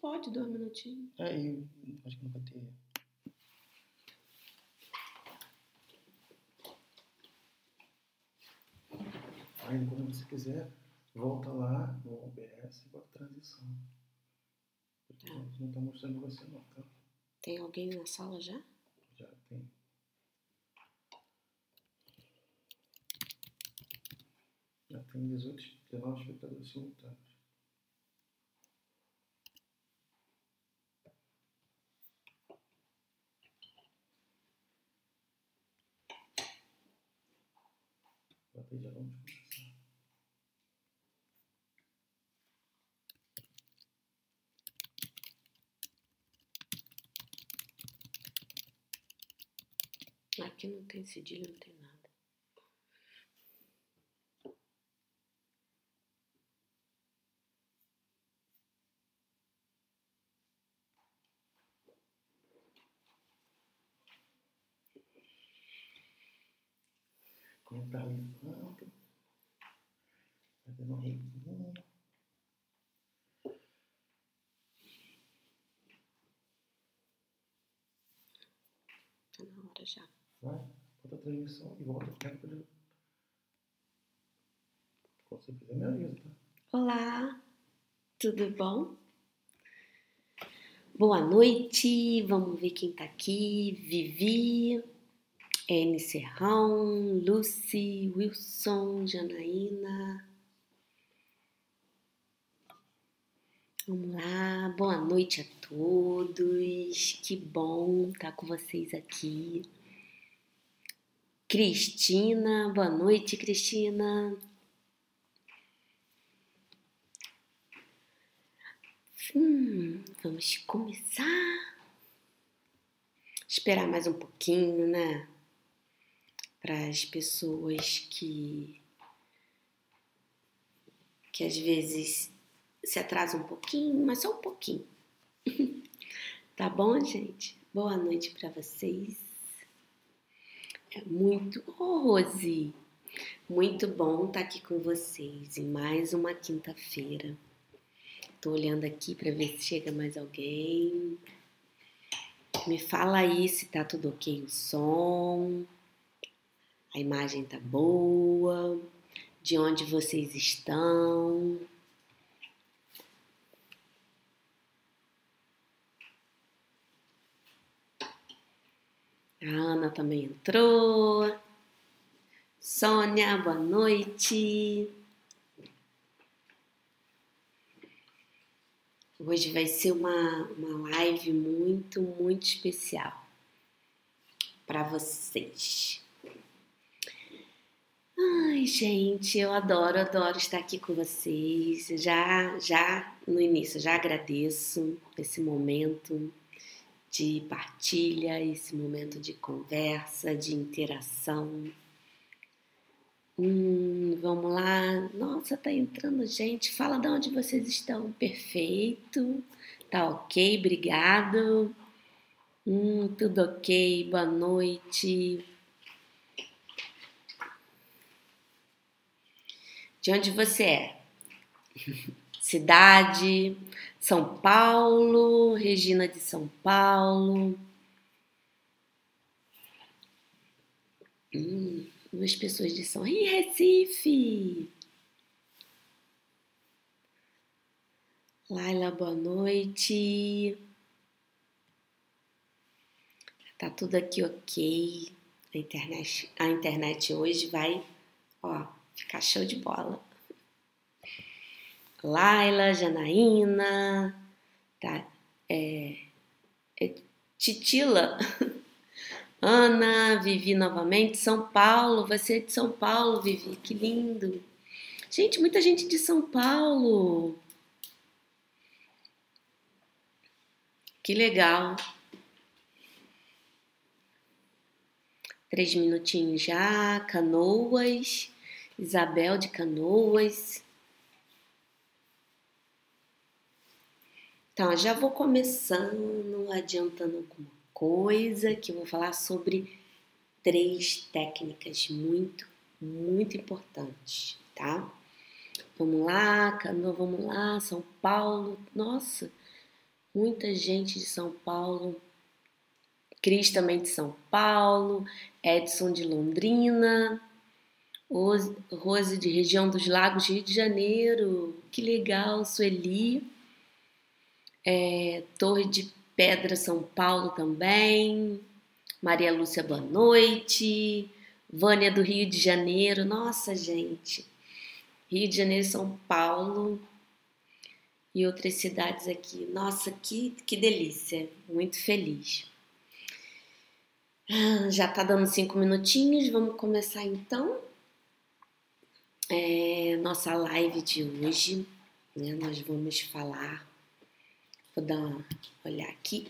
Pode, 2 minutinhos. Aí, acho que não vai ter. Aí, quando você quiser, volta lá no OBS e bota transição. Porque não tá mostrando você não, tá? Tem alguém na sala já? Já tem. Já tem 19 espectadores simultâneos. Bota aí, já vamos começar. Aqui não tem cedilha, não tem nada. Quando tá limpando, fazendo um reguinho. Tá na hora já. Vai, bota a transmissão e volta pro tempo de... Quando você fizer, me avisa, tá? Olá, tudo bom? Boa noite, vamos ver quem tá aqui. Vivi, N. Serrão, Lucy, Wilson, Janaína. Vamos lá, boa noite a todos. Que bom estar com vocês aqui. Cristina, boa noite, Cristina. Vamos começar. Esperar mais um pouquinho, né? Para as pessoas que às vezes se atrasam um pouquinho, mas só um pouquinho. Tá bom, gente? Boa noite para vocês. É muito... Rose! Muito bom estar aqui com vocês em mais uma quinta-feira. Tô olhando aqui para ver se chega mais alguém. Me fala aí se tá tudo ok o som. A imagem tá boa. De onde vocês estão. A Ana também entrou. Sônia, boa noite. Hoje vai ser uma live muito, muito especial para vocês. Ai, gente, eu adoro estar aqui com vocês. Já no início, já agradeço esse momento de partilha, esse momento de conversa, de interação. Vamos lá. Nossa, tá entrando gente. Fala de onde vocês estão. Perfeito. Tá ok, obrigado. Tudo ok, boa noite. De onde você é? Cidade, São Paulo, Regina de São Paulo. Duas pessoas de São Rio, Recife. Laila, boa noite. Tá tudo aqui ok. A internet hoje vai, ficar show de bola. Laila, Janaína, tá? Titila, Ana, Vivi novamente, São Paulo. Você é de São Paulo, Vivi, que lindo. Gente, muita gente de São Paulo. Que legal. 3 minutinhos já. Canoas, Isabel de Canoas. Então, eu já vou começando, adiantando alguma coisa, que eu vou falar sobre 3 técnicas muito, muito importantes, tá? Vamos lá, Canoa, vamos lá, São Paulo. Nossa, Muita gente de São Paulo. Cris também de São Paulo. Edson de Londrina. Rose de região dos Lagos, Rio de Janeiro. Que legal, Sueli. Torre de Pedra, São Paulo também. Maria Lúcia, boa noite. Vânia do Rio de Janeiro. Nossa, gente. Rio de Janeiro, São Paulo e outras cidades aqui. Nossa, que delícia. Muito feliz. Já tá dando 5 minutinhos. Vamos começar então. Nossa live de hoje, né? Nós vamos falar. Vou olhar aqui.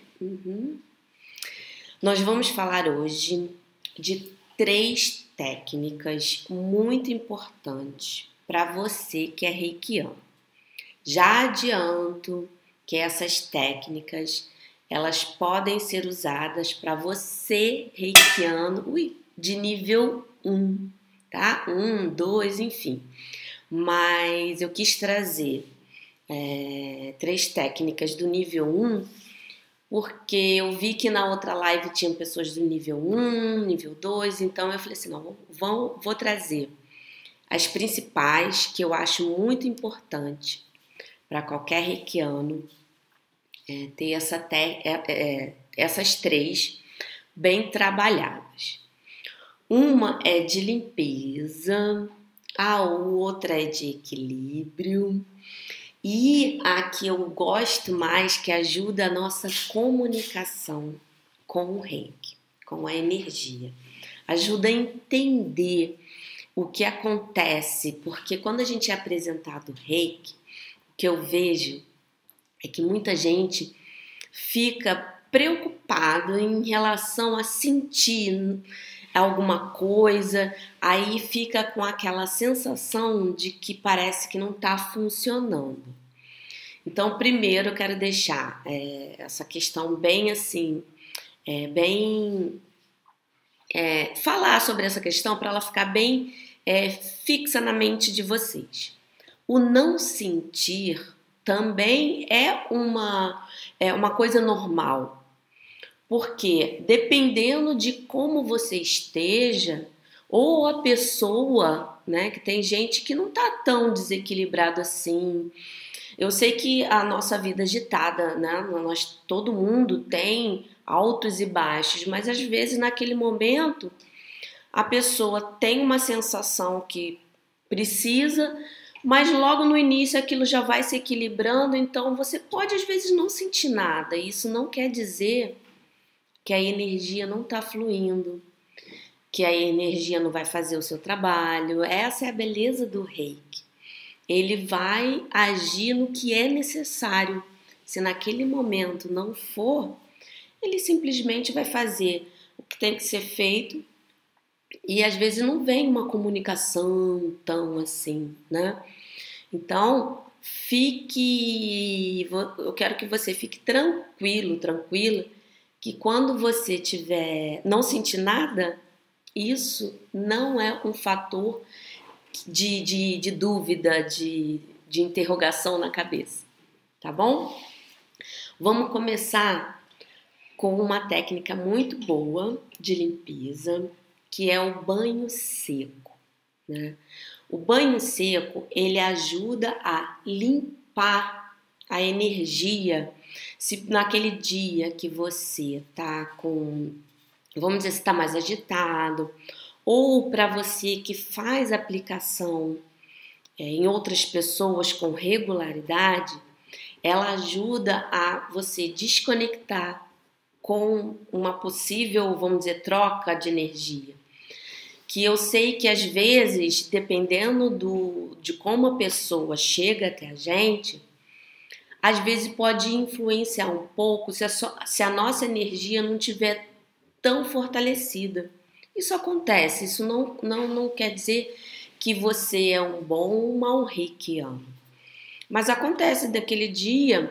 Nós vamos falar hoje de 3 técnicas muito importantes para você que é reikiano. Já adianto que essas técnicas, elas podem ser usadas para você reikiano de nível 1, tá? 1, 2, enfim. Mas eu quis trazer 3 técnicas do nível 1, porque eu vi que na outra live tinham pessoas do nível 1, nível 2, então eu falei assim, não, vou trazer as principais, que eu acho muito importante para qualquer reikiano ter essas 3 bem trabalhadas. Uma é de limpeza, a outra é de equilíbrio, e a que eu gosto mais, que ajuda a nossa comunicação com o reiki, com a energia. Ajuda a entender o que acontece, porque quando a gente é apresentado reiki, o que eu vejo é que muita gente fica preocupado em relação a sentir alguma coisa, aí fica com aquela sensação de que parece que não está funcionando. Então, primeiro eu quero deixar essa questão bem assim, falar sobre essa questão para ela ficar bem fixa na mente de vocês. O não sentir também é uma coisa normal. Porque dependendo de como você esteja, ou a pessoa, né, que tem gente que não tá tão desequilibrado assim. Eu sei que a nossa vida agitada, né, todo mundo tem altos e baixos, mas às vezes naquele momento a pessoa tem uma sensação que precisa, mas logo no início aquilo já vai se equilibrando, então você pode às vezes não sentir nada. Isso não quer dizer que a energia não está fluindo, que a energia não vai fazer o seu trabalho. Essa é a beleza do reiki. Ele vai agir no que é necessário. Se naquele momento não for, ele simplesmente vai fazer o que tem que ser feito e às vezes não vem uma comunicação tão assim, né? Então, eu quero que você fique tranquila, que quando você não sentir nada, isso não é um fator de dúvida, de interrogação na cabeça, tá bom? Vamos começar com uma técnica muito boa de limpeza, que é o banho seco, né? O banho seco, ele ajuda a limpar a energia. Se naquele dia que você tá vamos dizer, se tá mais agitado, ou para você que faz aplicação em outras pessoas com regularidade, ela ajuda a você desconectar com uma possível, vamos dizer, troca de energia. Que eu sei que às vezes, dependendo de como a pessoa chega até a gente, às vezes pode influenciar um pouco se a nossa energia não estiver tão fortalecida. Isso acontece, isso não quer dizer que você é um bom ou um mau reikiano. Mas acontece naquele dia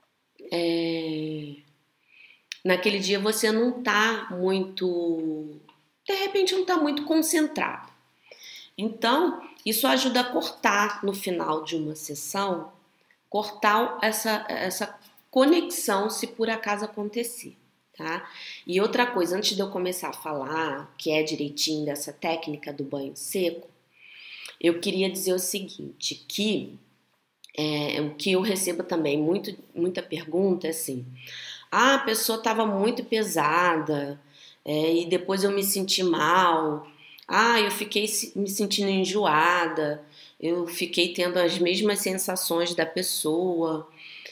você não está muito... De repente não está muito concentrado. Então, isso ajuda a cortar no final de uma sessão, cortar essa conexão se por acaso acontecer, tá? E outra coisa, antes de eu começar a falar, que é direitinho dessa técnica do banho seco, eu queria dizer o seguinte, que o que eu recebo também muita pergunta é assim, a pessoa estava muito pesada e depois eu me senti mal, eu fiquei me sentindo enjoada, eu fiquei tendo as mesmas sensações da pessoa.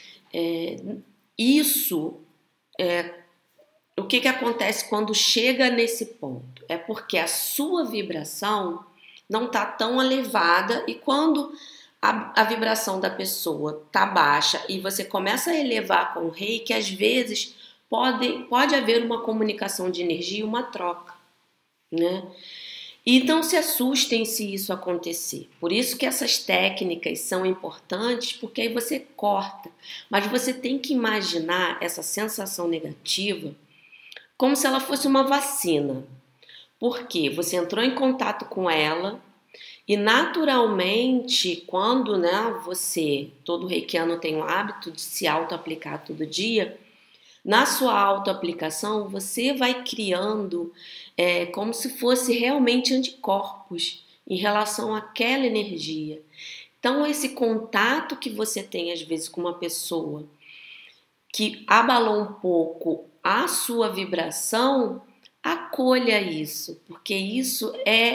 O que acontece quando chega nesse ponto? É porque a sua vibração não está tão elevada e quando a vibração da pessoa está baixa e você começa a elevar com o reiki, às vezes pode haver uma comunicação de energia, uma troca, né? E não se assustem se isso acontecer. Por isso que essas técnicas são importantes, porque aí você corta. Mas você tem que imaginar essa sensação negativa como se ela fosse uma vacina. Porque você entrou em contato com ela e naturalmente, quando todo reikiano tem o hábito de se auto-aplicar todo dia, na sua auto-aplicação você vai criando como se fosse realmente anticorpos em relação àquela energia. Então, esse contato que você tem às vezes com uma pessoa que abalou um pouco a sua vibração, acolha isso, porque isso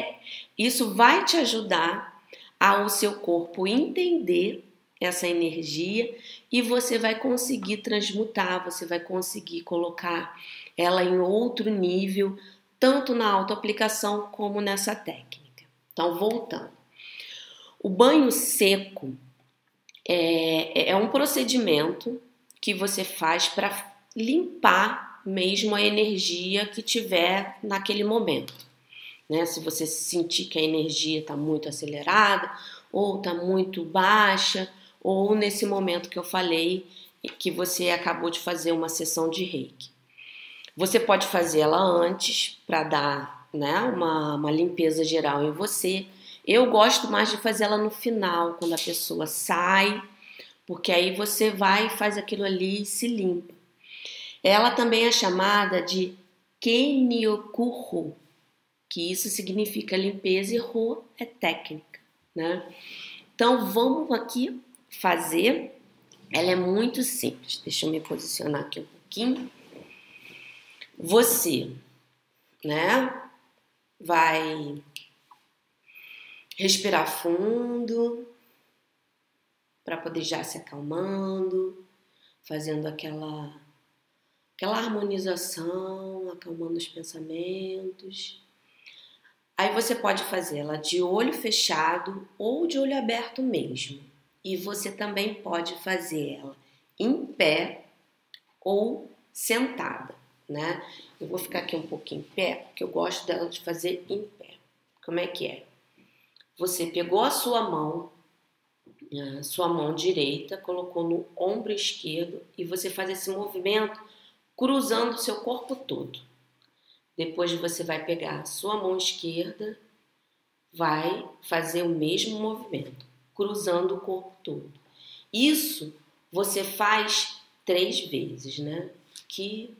vai te ajudar ao seu corpo entender essa energia e você vai conseguir transmutar, você vai conseguir colocar ela em outro nível, tanto na autoaplicação como nessa técnica. Então, voltando. O banho seco é um procedimento que você faz para limpar mesmo a energia que tiver naquele momento, né? Se você sentir que a energia está muito acelerada ou está muito baixa, ou nesse momento que eu falei que você acabou de fazer uma sessão de reiki. Você pode fazer ela antes para dar, né, uma limpeza geral em você. Eu gosto mais de fazer ela no final, quando a pessoa sai, porque aí você vai e faz aquilo ali e se limpa. Ela também é chamada de Kenyoku-ho, que isso significa limpeza e Ho é técnica, né? Então vamos aqui fazer. Ela é muito simples. Deixa eu me posicionar aqui um pouquinho. Você, né, vai respirar fundo para poder já se acalmando, fazendo aquela harmonização, acalmando os pensamentos. Aí você pode fazer ela de olho fechado ou de olho aberto mesmo. E você também pode fazer ela em pé ou sentada, né? Eu vou ficar aqui um pouquinho em pé, porque eu gosto dela de fazer em pé. Como é que é? Você pegou a sua mão direita, colocou no ombro esquerdo e você faz esse movimento cruzando o seu corpo todo. Depois você vai pegar a sua mão esquerda, vai fazer o mesmo movimento, cruzando o corpo todo. Isso você faz 3 vezes, né? Aqui,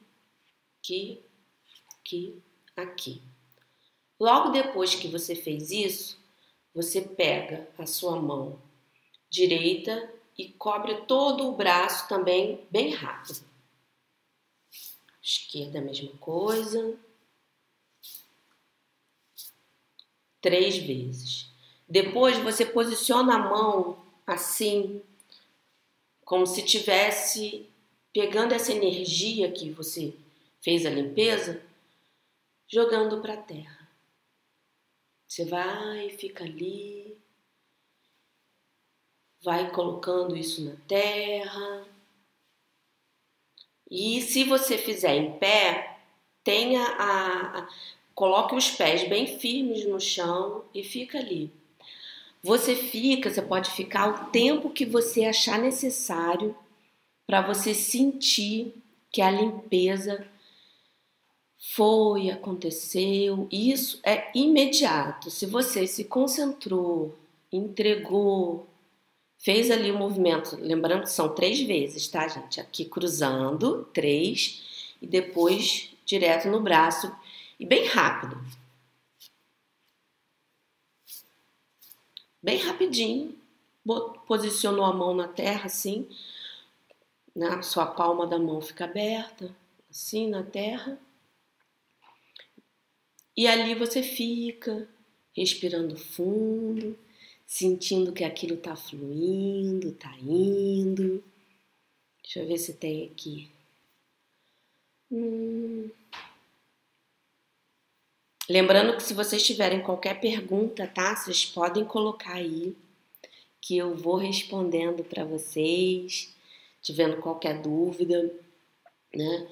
aqui. Logo depois que você fez isso, você pega a sua mão direita e cobre todo o braço também bem rápido. Esquerda a mesma coisa. 3 vezes. Depois você posiciona a mão assim, como se tivesse pegando essa energia que você fez a limpeza, jogando para a terra. Você vai, fica ali, vai colocando isso na terra. E se você fizer em pé, coloque os pés bem firmes no chão e fica ali. Você pode ficar o tempo que você achar necessário para você sentir que a limpeza aconteceu. Isso é imediato. Se você se concentrou, entregou, Fez ali o movimento, lembrando que são 3 vezes, tá, gente? Aqui cruzando, 3, e depois direto no braço, e bem rápido. Bem rapidinho, posicionou a mão na terra assim, né? Sua palma da mão fica aberta, assim na terra. E ali você fica respirando fundo, sentindo que aquilo tá fluindo, tá indo. Deixa eu ver se tem aqui. Lembrando que se vocês tiverem qualquer pergunta, tá? Vocês podem colocar aí, que eu vou respondendo para vocês, tiverem qualquer dúvida, né?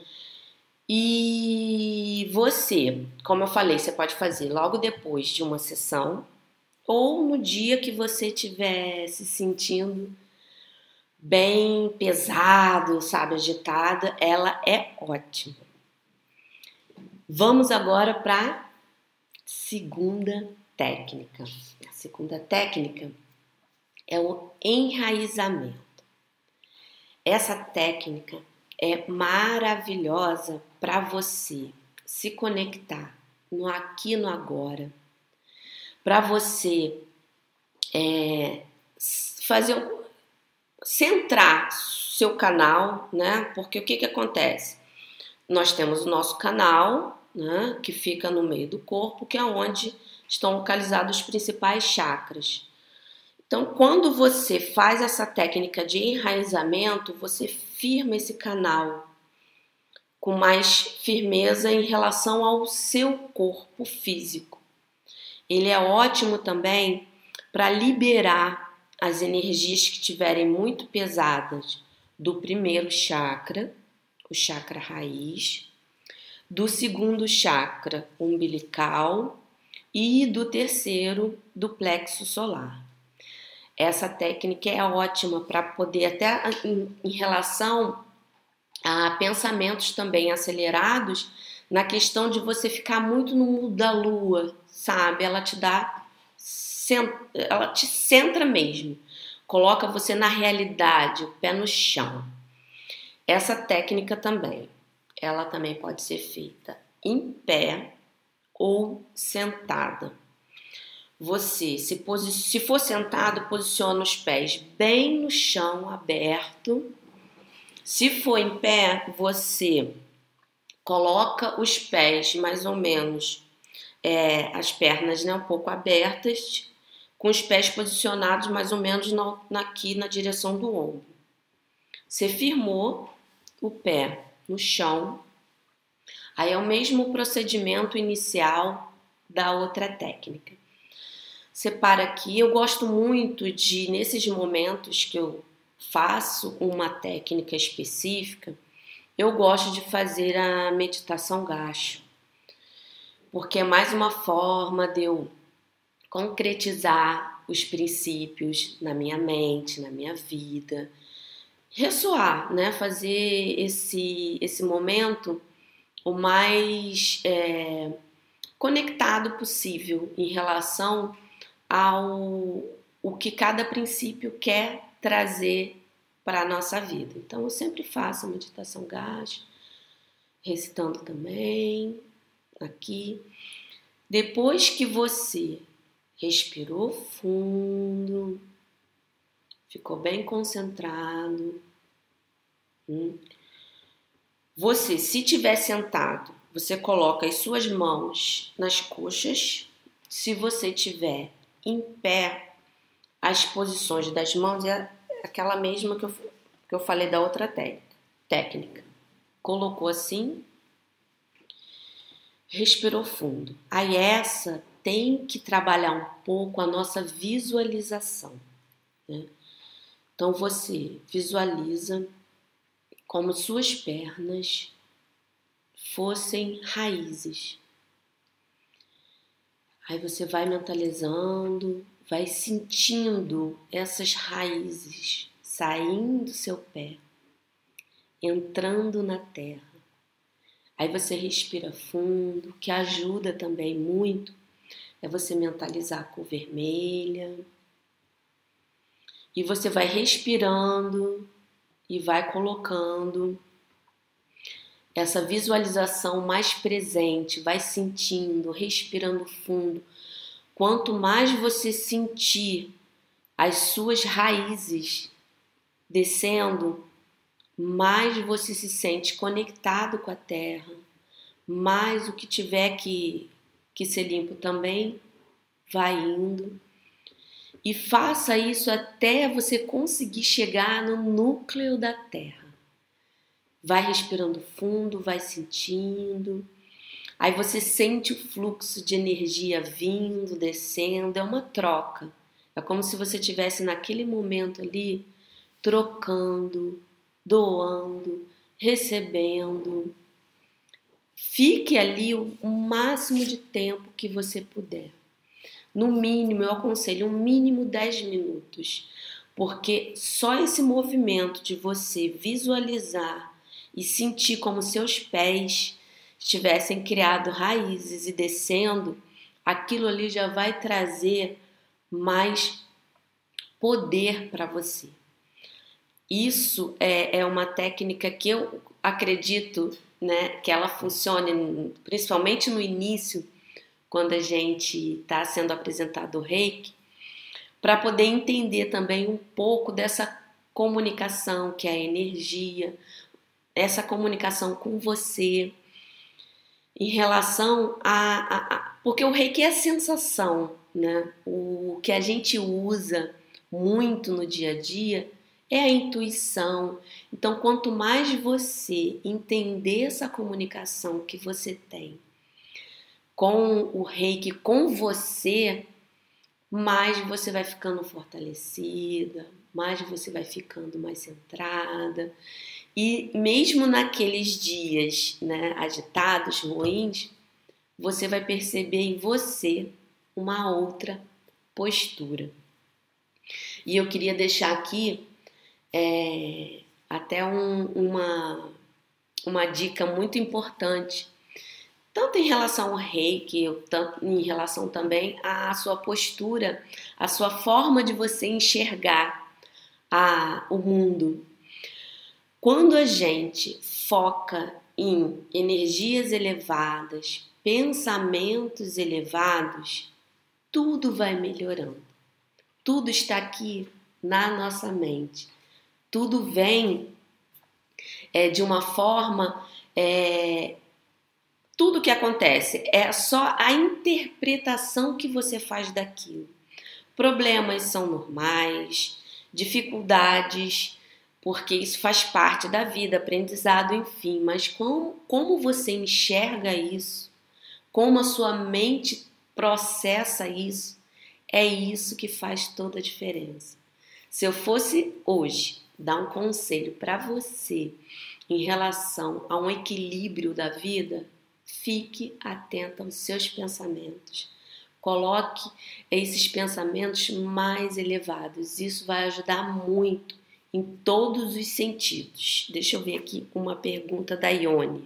E você, como eu falei, você pode fazer logo depois de uma sessão ou no dia que você estiver se sentindo bem pesado, sabe, agitada, ela é ótima. Vamos agora para a segunda técnica. A segunda técnica é o enraizamento. Essa técnica é maravilhosa para você se conectar no aqui e no agora, para você centrar seu canal, né? Porque o que acontece? Nós temos o nosso canal, né? Que fica no meio do corpo, que é onde estão localizados os principais chakras. Então, quando você faz essa técnica de enraizamento, você firma esse canal com mais firmeza em relação ao seu corpo físico. Ele é ótimo também para liberar as energias que estiverem muito pesadas do primeiro chakra, o chakra raiz, do segundo chakra umbilical e do terceiro, do plexo solar. Essa técnica é ótima para poder, até em relação a pensamentos também acelerados, na questão de você ficar muito no mundo da lua, sabe? Ela te centra mesmo, coloca você na realidade, o pé no chão. Essa técnica também, ela também pode ser feita em pé ou sentada. Você, se for sentado, posiciona os pés bem no chão, aberto. Se for em pé, você coloca os pés mais ou menos, as pernas, né, um pouco abertas, com os pés posicionados mais ou menos aqui na direção do ombro. Você firmou o pé no chão. Aí é o mesmo procedimento inicial da outra técnica. Separa aqui. Eu gosto muito de, nesses momentos que eu faço uma técnica específica, eu gosto de fazer a meditação gacho, porque é mais uma forma de eu concretizar os princípios na minha mente, na minha vida, ressoar, né? Fazer esse momento o mais conectado possível em relação ao o que cada princípio quer trazer para a nossa vida. Então, eu sempre faço a meditação gacho, recitando também aqui. Depois que você respirou fundo, ficou bem concentrado, você, se tiver sentado, você coloca as suas mãos nas coxas. Se você tiver em pé, as posições das mãos é aquela mesma que eu falei da outra técnica. Colocou assim, respirou fundo. Aí essa tem que trabalhar um pouco a nossa visualização, né? Então você visualiza como suas pernas fossem raízes. Aí você vai mentalizando, vai sentindo essas raízes saindo do seu pé, entrando na terra. Aí você respira fundo, que ajuda também muito, é você mentalizar a cor vermelha. E você vai respirando e vai colocando essa visualização mais presente, vai sentindo, respirando fundo. Quanto mais você sentir as suas raízes descendo, mais você se sente conectado com a terra, mais o que tiver que ser limpo também vai indo. E faça isso até você conseguir chegar no núcleo da terra. Vai respirando fundo, vai sentindo. Aí você sente o fluxo de energia vindo, descendo. É uma troca. É como se você estivesse naquele momento ali trocando, doando, recebendo. Fique ali o máximo de tempo que você puder. No mínimo, eu aconselho um mínimo 10 minutos. Porque só esse movimento de você visualizar e sentir como seus pés tivessem criado raízes e descendo, aquilo ali já vai trazer mais poder para você. Isso é uma técnica que eu acredito, né, que ela funcione principalmente no início, quando a gente está sendo apresentado o Reiki, para poder entender também um pouco dessa comunicação que é a energia, essa comunicação com você, em relação porque o Reiki é sensação, né? O que a gente usa muito no dia a dia é a intuição. Então, quanto mais você entender essa comunicação que você tem com o Reiki, com você, mais você vai ficando fortalecida, mais você vai ficando mais centrada. E mesmo naqueles dias, né, agitados, ruins, você vai perceber em você uma outra postura. E eu queria deixar aqui até uma dica muito importante, tanto em relação ao Reiki, tanto em relação também à sua postura, à sua forma de você enxergar o mundo. Quando a gente foca em energias elevadas, pensamentos elevados, tudo vai melhorando. Tudo está aqui na nossa mente. Tudo vem de uma forma... tudo que acontece é só a interpretação que você faz daquilo. Problemas são normais, dificuldades, porque isso faz parte da vida, aprendizado, enfim. Mas como você enxerga isso, como a sua mente processa isso, é isso que faz toda a diferença. Se eu fosse hoje dar um conselho para você em relação a um equilíbrio da vida, fique atenta aos seus pensamentos. Coloque esses pensamentos mais elevados. Isso vai ajudar muito em todos os sentidos. Deixa eu ver aqui uma pergunta da Ione.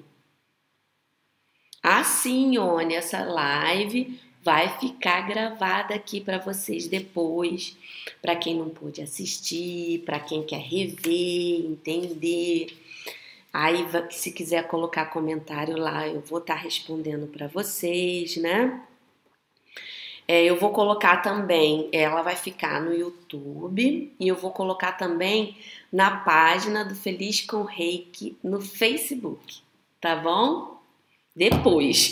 Sim, Ione, essa live vai ficar gravada aqui para vocês depois, para quem não pôde assistir, para quem quer rever, entender. Aí, se quiser colocar comentário lá, eu vou estar respondendo para vocês, né? Eu vou colocar também, ela vai ficar no YouTube e eu vou colocar também na página do Feliz com Reiki no Facebook, tá bom? Depois,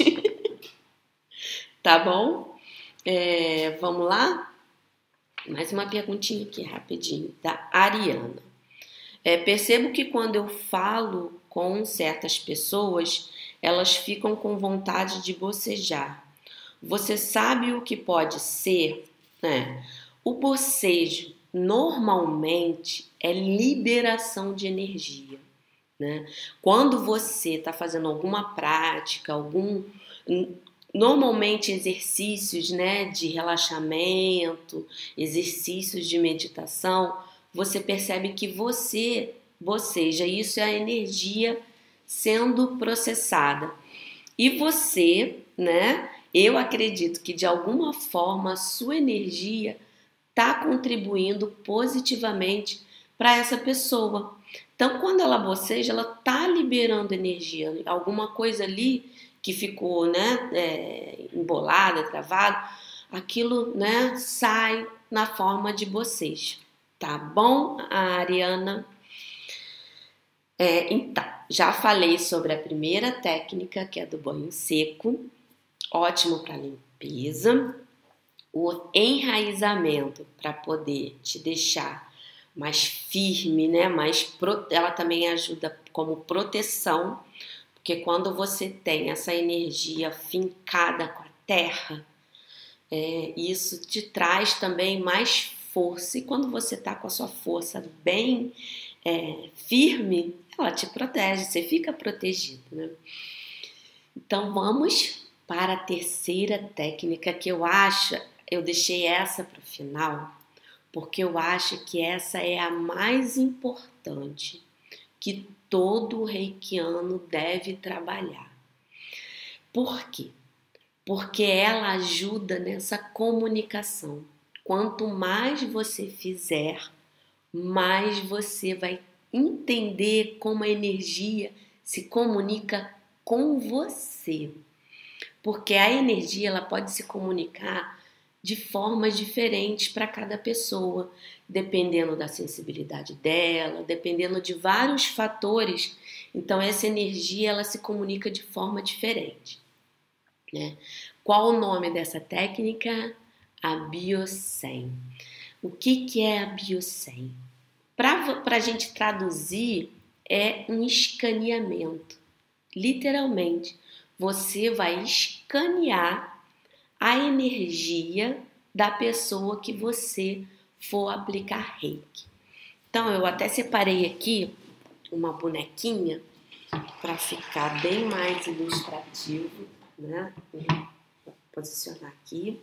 tá bom? Vamos lá? Mais uma perguntinha aqui rapidinho, da Ariana. Percebo que quando eu falo com certas pessoas, elas ficam com vontade de bocejar. Você sabe o que pode ser? O bocejo normalmente é liberação de energia, né? Quando você está fazendo alguma prática, normalmente exercícios, né, de relaxamento, exercícios de meditação, você percebe que você boceja. Isso é a energia sendo processada. E você, né? Eu acredito que de alguma forma a sua energia está contribuindo positivamente para essa pessoa. Então, quando ela boceja, ela está liberando energia. Alguma coisa ali que ficou, né, embolada, travada, aquilo, né, sai na forma de bocejo. Tá bom, Ariana? Então, já falei sobre a primeira técnica, que é do banho seco, ótimo para limpeza. O enraizamento, para poder te deixar mais firme, né? Ela também ajuda como proteção, porque quando você tem essa energia fincada com a terra, isso te traz também mais força. E quando você está com a sua força bem firme, ela te protege, você fica protegido, né? Então vamos para a terceira técnica, que eu deixei essa para o final, porque eu acho que essa é a mais importante que todo reikiano deve trabalhar. Por quê? Porque ela ajuda nessa comunicação. Quanto mais você fizer, mais você vai entender como a energia se comunica com você. Porque a energia ela pode se comunicar de formas diferentes para cada pessoa, dependendo da sensibilidade dela, dependendo de vários fatores. Então essa energia ela se comunica de forma diferente, né? Qual o nome dessa técnica? A Biocem. O que é a Biocem? Para a gente traduzir, é um escaneamento. Literalmente, você vai escanear a energia da pessoa que você for aplicar reiki. Então, eu até separei aqui uma bonequinha para ficar bem mais ilustrativo, né? Vou posicionar aqui.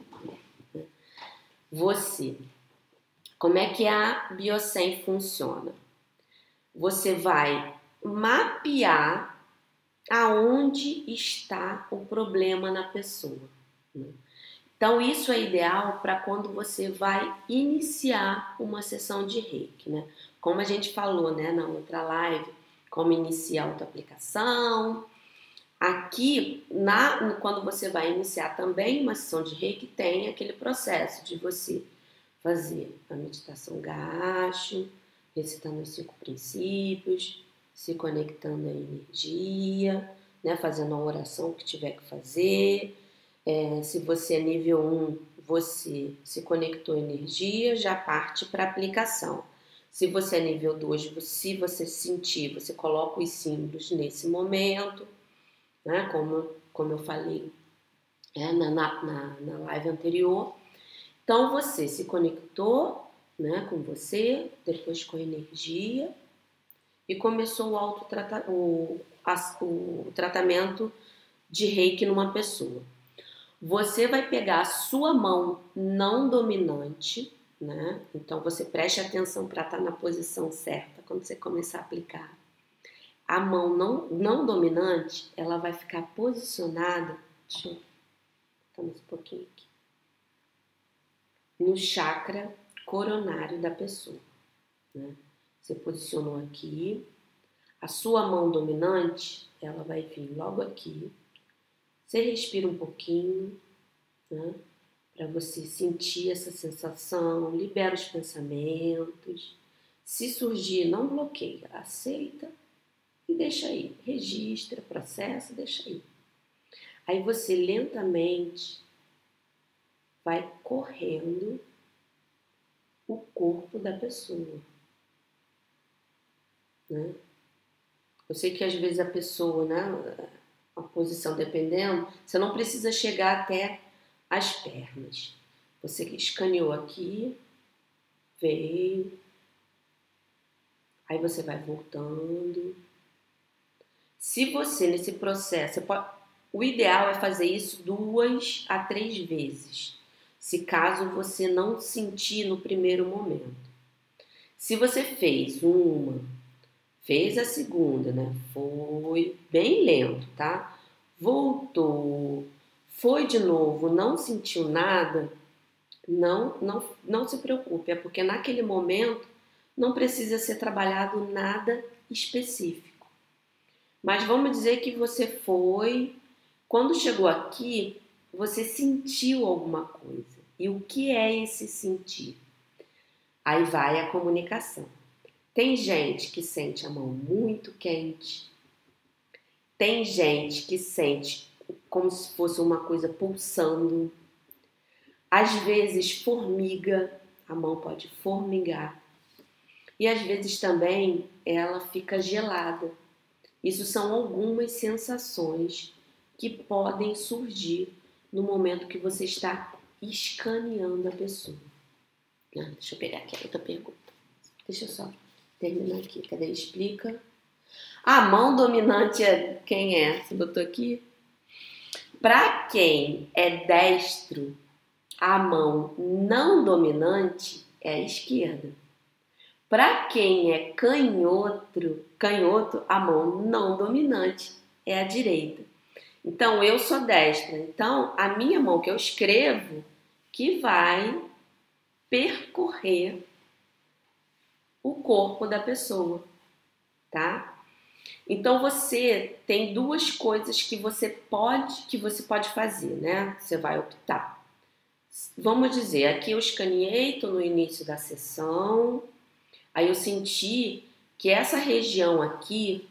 Você. Como é que a Biocem funciona? Você vai mapear aonde está o problema na pessoa, né? Então, isso é ideal para quando você vai iniciar uma sessão de reiki, né? Como a gente falou, né, na outra live, como iniciar a autoaplicação. Aqui, quando você vai iniciar também uma sessão de reiki, tem aquele processo de você fazer a meditação gacho, recitando os 5 princípios, se conectando à energia, né, fazendo a oração que tiver que fazer. Se você é nível 1, você se conectou à energia, já parte para a aplicação. Se você é nível 2, se você sentir, você coloca os símbolos nesse momento, né, como eu falei na live anterior. Então você se conectou, né, com você, depois com a energia e começou o tratamento de reiki numa pessoa. Você vai pegar a sua mão não dominante, né? Então você preste atenção para estar na posição certa quando você começar a aplicar. A mão não dominante, ela vai ficar posicionada, deixa eu botar mais um pouquinho aqui, no chakra coronário da pessoa, né? Você posicionou aqui, a sua mão dominante, ela vai vir logo aqui. Você respira um pouquinho, né? Para você sentir essa sensação, libera os pensamentos. Se surgir, não bloqueia, aceita e deixa aí. Registra, processa, deixa aí. Aí você lentamente vai correndo o corpo da pessoa, né? Eu sei que às vezes a pessoa, né, a posição dependendo, você não precisa chegar até as pernas. Você escaneou aqui, veio, aí você vai voltando. Se você, nesse processo, o ideal é fazer isso 2 a 3 vezes, se caso você não sentir no primeiro momento. Se você fez uma, fez a segunda, né? Foi bem lento, tá? Voltou, foi de novo, não sentiu nada, não se preocupe, é porque naquele momento não precisa ser trabalhado nada específico. Mas vamos dizer que você foi, quando chegou aqui, você sentiu alguma coisa. E o que é esse sentir? Aí vai a comunicação. Tem gente que sente a mão muito quente. Tem gente que sente como se fosse uma coisa pulsando. Às vezes formiga, a mão pode formigar. E às vezes também ela fica gelada. Isso são algumas sensações que podem surgir no momento que você está escaneando a pessoa. Deixa eu pegar aqui a outra pergunta. Deixa eu só terminar aqui. Cadê? Explica. A mão dominante é quem é? Você botou aqui? Para quem é destro, a mão não dominante é a esquerda. Para quem é canhoto, a mão não dominante é a direita. Então, eu sou destra. Então, a minha mão que eu escrevo que vai percorrer o corpo da pessoa, tá? Então, você tem duas coisas que você pode fazer, né? Você vai optar. Vamos dizer, aqui eu escaneei, estou no início da sessão, aí eu senti que essa região aqui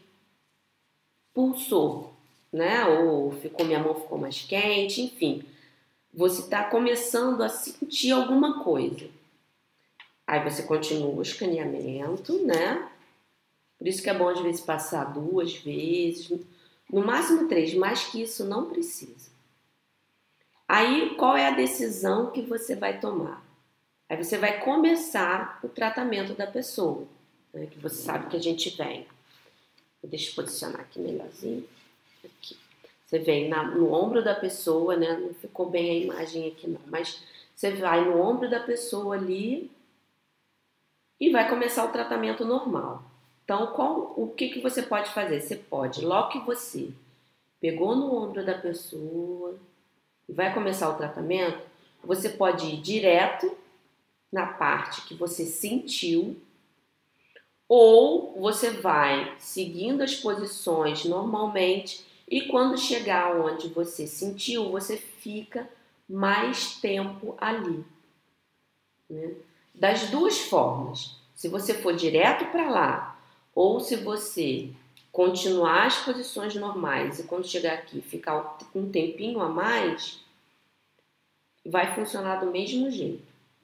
pulsou, né? Ou minha mão ficou mais quente, enfim. Você está começando a sentir alguma coisa. Aí você continua o escaneamento, né? Por isso que é bom às vezes passar 2 vezes, no máximo 3, mais que isso não precisa. Aí qual é a decisão que você vai tomar? Aí você vai começar o tratamento da pessoa, né? Que você sabe que a gente vem. Deixa eu posicionar aqui melhorzinho. Aqui. Você vem no ombro da pessoa, né? Não ficou bem a imagem aqui não, mas você vai no ombro da pessoa ali e vai começar o tratamento normal. Então, o que você pode fazer? Você pode, logo que você pegou no ombro da pessoa e vai começar o tratamento, você pode ir direto na parte que você sentiu, ou você vai seguindo as posições normalmente e quando chegar onde você sentiu, você fica mais tempo ali, né? Das duas formas, se você for direto para lá ou se você continuar as posições normais e quando chegar aqui ficar um tempinho a mais, vai funcionar do mesmo jeito.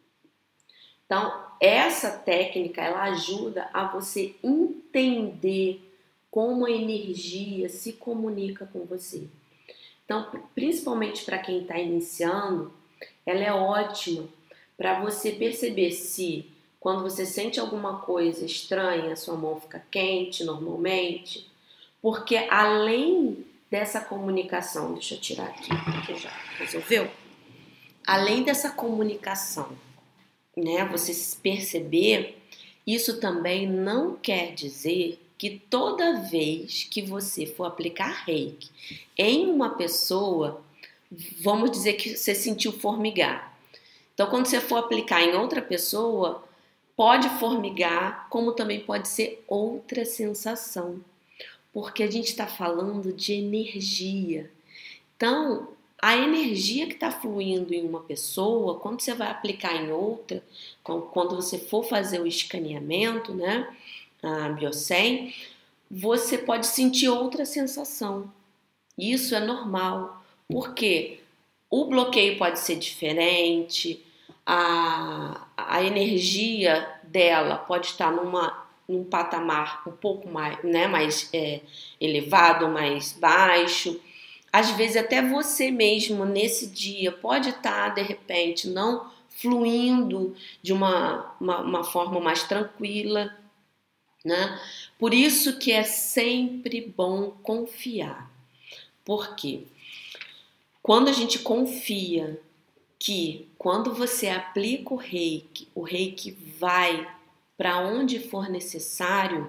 Então, essa técnica, ela ajuda a você entender como a energia se comunica com você. Então, principalmente para quem está iniciando, ela é ótima para você perceber se, quando você sente alguma coisa estranha, a sua mão fica quente normalmente, porque além dessa comunicação, deixa eu tirar aqui, porque já resolveu? Além dessa comunicação, né, você perceber, isso também não quer dizer que toda vez que você for aplicar reiki em uma pessoa, vamos dizer que você sentiu formigar. Então, quando você for aplicar em outra pessoa, pode formigar, como também pode ser outra sensação, porque a gente está falando de energia. Então, a energia que está fluindo em uma pessoa, quando você vai aplicar em outra, quando você for fazer o escaneamento, né, a Biocem, você pode sentir outra sensação. Isso é normal, porque o bloqueio pode ser diferente, a energia dela pode estar num patamar um pouco mais, né, mais elevado, mais baixo. Às vezes até você mesmo nesse dia pode estar, de repente, não fluindo de uma forma mais tranquila, né? Por isso que é sempre bom confiar. Por quê? Quando a gente confia que quando você aplica o reiki vai para onde for necessário,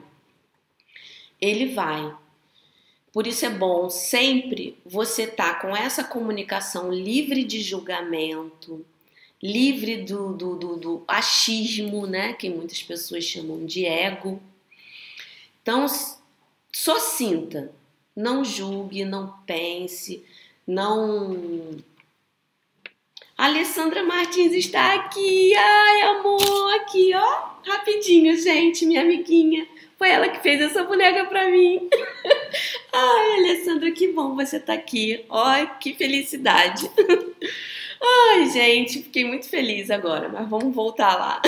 ele vai. Por isso é bom sempre você estar com essa comunicação livre de julgamento, livre do achismo, né? Que muitas pessoas chamam de ego. Então, só sinta, não julgue, não pense, não... A Alessandra Martins está aqui, ai amor, aqui ó, rapidinho gente, minha amiguinha, foi ela que fez essa boneca pra mim. Ai Alessandra, que bom você tá aqui, ó, que felicidade. Ai gente, fiquei muito feliz agora, mas vamos voltar lá.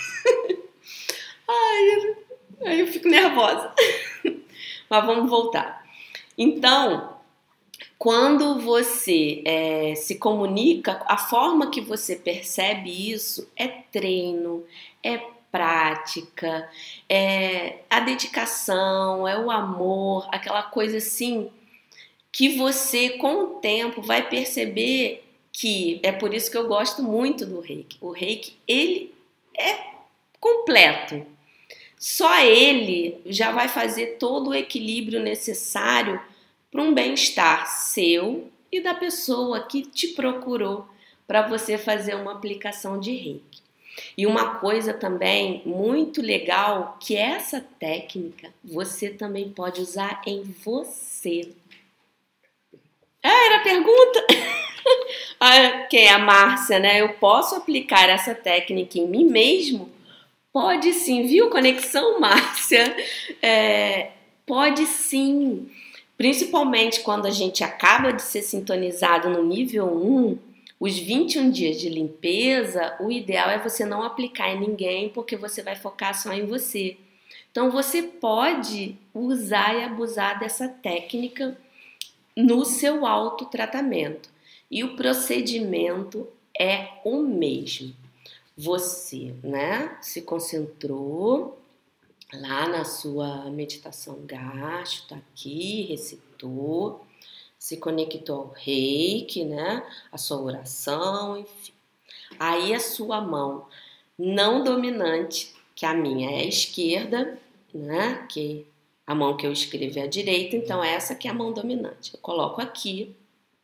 Ai, eu fico nervosa. Mas vamos voltar. Então, quando você se comunica, a forma que você percebe isso é treino, é prática, é a dedicação, é o amor, aquela coisa assim que você, com o tempo, vai perceber que é por isso que eu gosto muito do Reiki. O Reiki, ele é completo. Só ele já vai fazer todo o equilíbrio necessário para um bem-estar seu e da pessoa que te procurou para você fazer uma aplicação de Reiki. E uma coisa também muito legal, que essa técnica você também pode usar em você. Ah, era a pergunta? Quem é a Márcia, né? Eu posso aplicar essa técnica em mim mesmo? Pode sim, viu? Conexão, Márcia? Pode sim. Principalmente quando a gente acaba de ser sintonizado no nível 1, os 21 dias de limpeza, o ideal é você não aplicar em ninguém, porque você vai focar só em você. Então você pode usar e abusar dessa técnica no seu autotratamento. E o procedimento é o mesmo. Você, né, se concentrou lá na sua meditação gasto, tá aqui, recitou, se conectou ao Reiki, né, a sua oração, enfim. Aí a sua mão não dominante, que a minha é a esquerda, né, que a mão que eu escrevo é a direita, então essa que é a mão dominante. Eu coloco aqui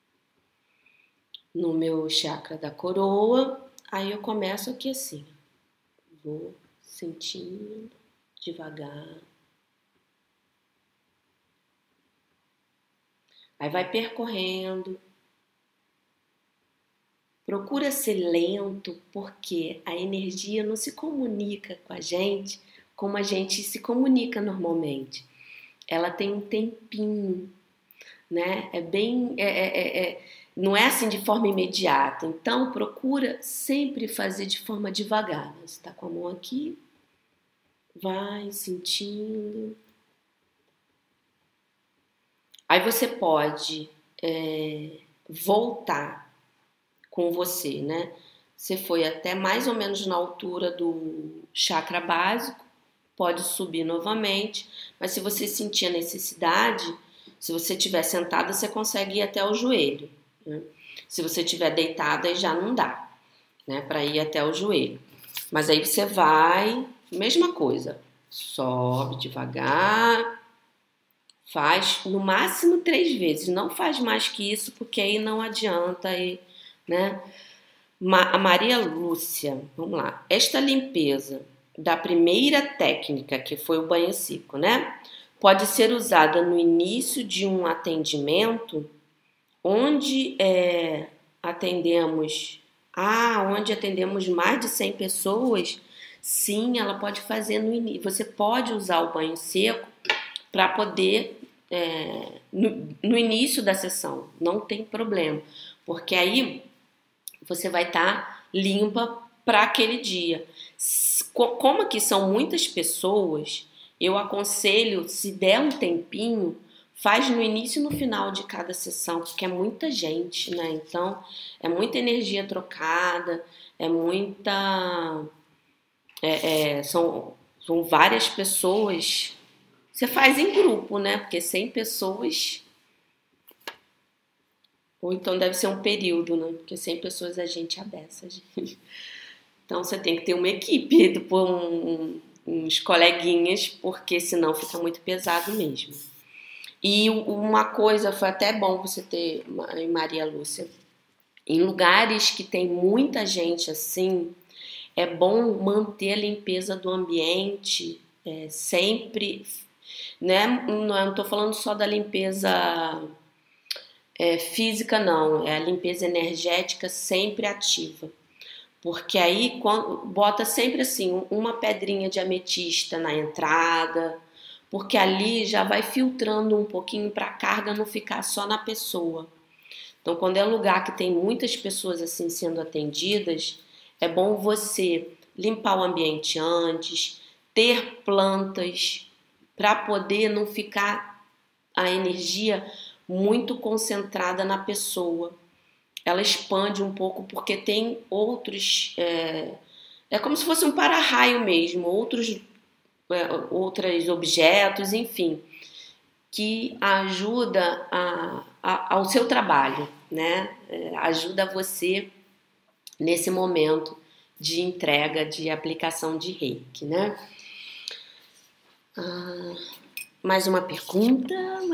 no meu chakra da coroa, aí eu começo aqui assim, vou sentindo devagar. Aí vai percorrendo. Procura ser lento, porque a energia não se comunica com a gente como a gente se comunica normalmente. Ela tem um tempinho, né? Não é assim de forma imediata. Então, procura sempre fazer de forma devagar. Você está com a mão aqui, vai sentindo. Aí você pode voltar com você, né? Você foi até mais ou menos na altura do chakra básico, pode subir novamente, mas se você sentir a necessidade, se você estiver sentada, você consegue ir até o joelho, né? Se você estiver deitada, aí já não dá, né, para ir até o joelho. Mas aí você vai, mesma coisa, sobe devagar, faz no máximo 3 vezes, não faz mais que isso, porque aí não adianta, né? A Maria Lúcia, vamos lá. Esta limpeza da primeira técnica, que foi o banho seco, né? Pode ser usada no início de um atendimento onde atendemos mais de 100 pessoas. Sim, ela pode fazer no início. Você pode usar o banho seco para poder no início da sessão, não tem problema, porque aí você vai estar limpa para aquele dia. Como aqui são muitas pessoas, eu aconselho, se der um tempinho, faz no início e no final de cada sessão, porque é muita gente, né? Então, é muita energia trocada, são várias pessoas. Você faz em grupo, né? Porque 100 pessoas... Ou então deve ser um período, né? Porque 100 pessoas a gente abeça, gente. Então você tem que ter uma equipe, uns coleguinhas, porque senão fica muito pesado mesmo. E uma coisa, foi até bom você ter, Maria Lúcia, Em lugares que tem muita gente assim, é bom manter a limpeza do ambiente sempre, né? Não estou falando só da limpeza física, não. É a limpeza energética sempre ativa. Porque aí bota sempre assim, uma pedrinha de ametista na entrada, porque ali já vai filtrando um pouquinho para a carga não ficar só na pessoa. Então, quando é lugar que tem muitas pessoas assim sendo atendidas, é bom você limpar o ambiente antes, ter plantas para poder não ficar a energia muito concentrada na pessoa. Ela expande um pouco porque tem outros... É como se fosse um para-raio mesmo, outros objetos, enfim, que ajuda ao seu trabalho, né? Ajuda você nesse momento de entrega, de aplicação de reiki, né? Mais uma pergunta.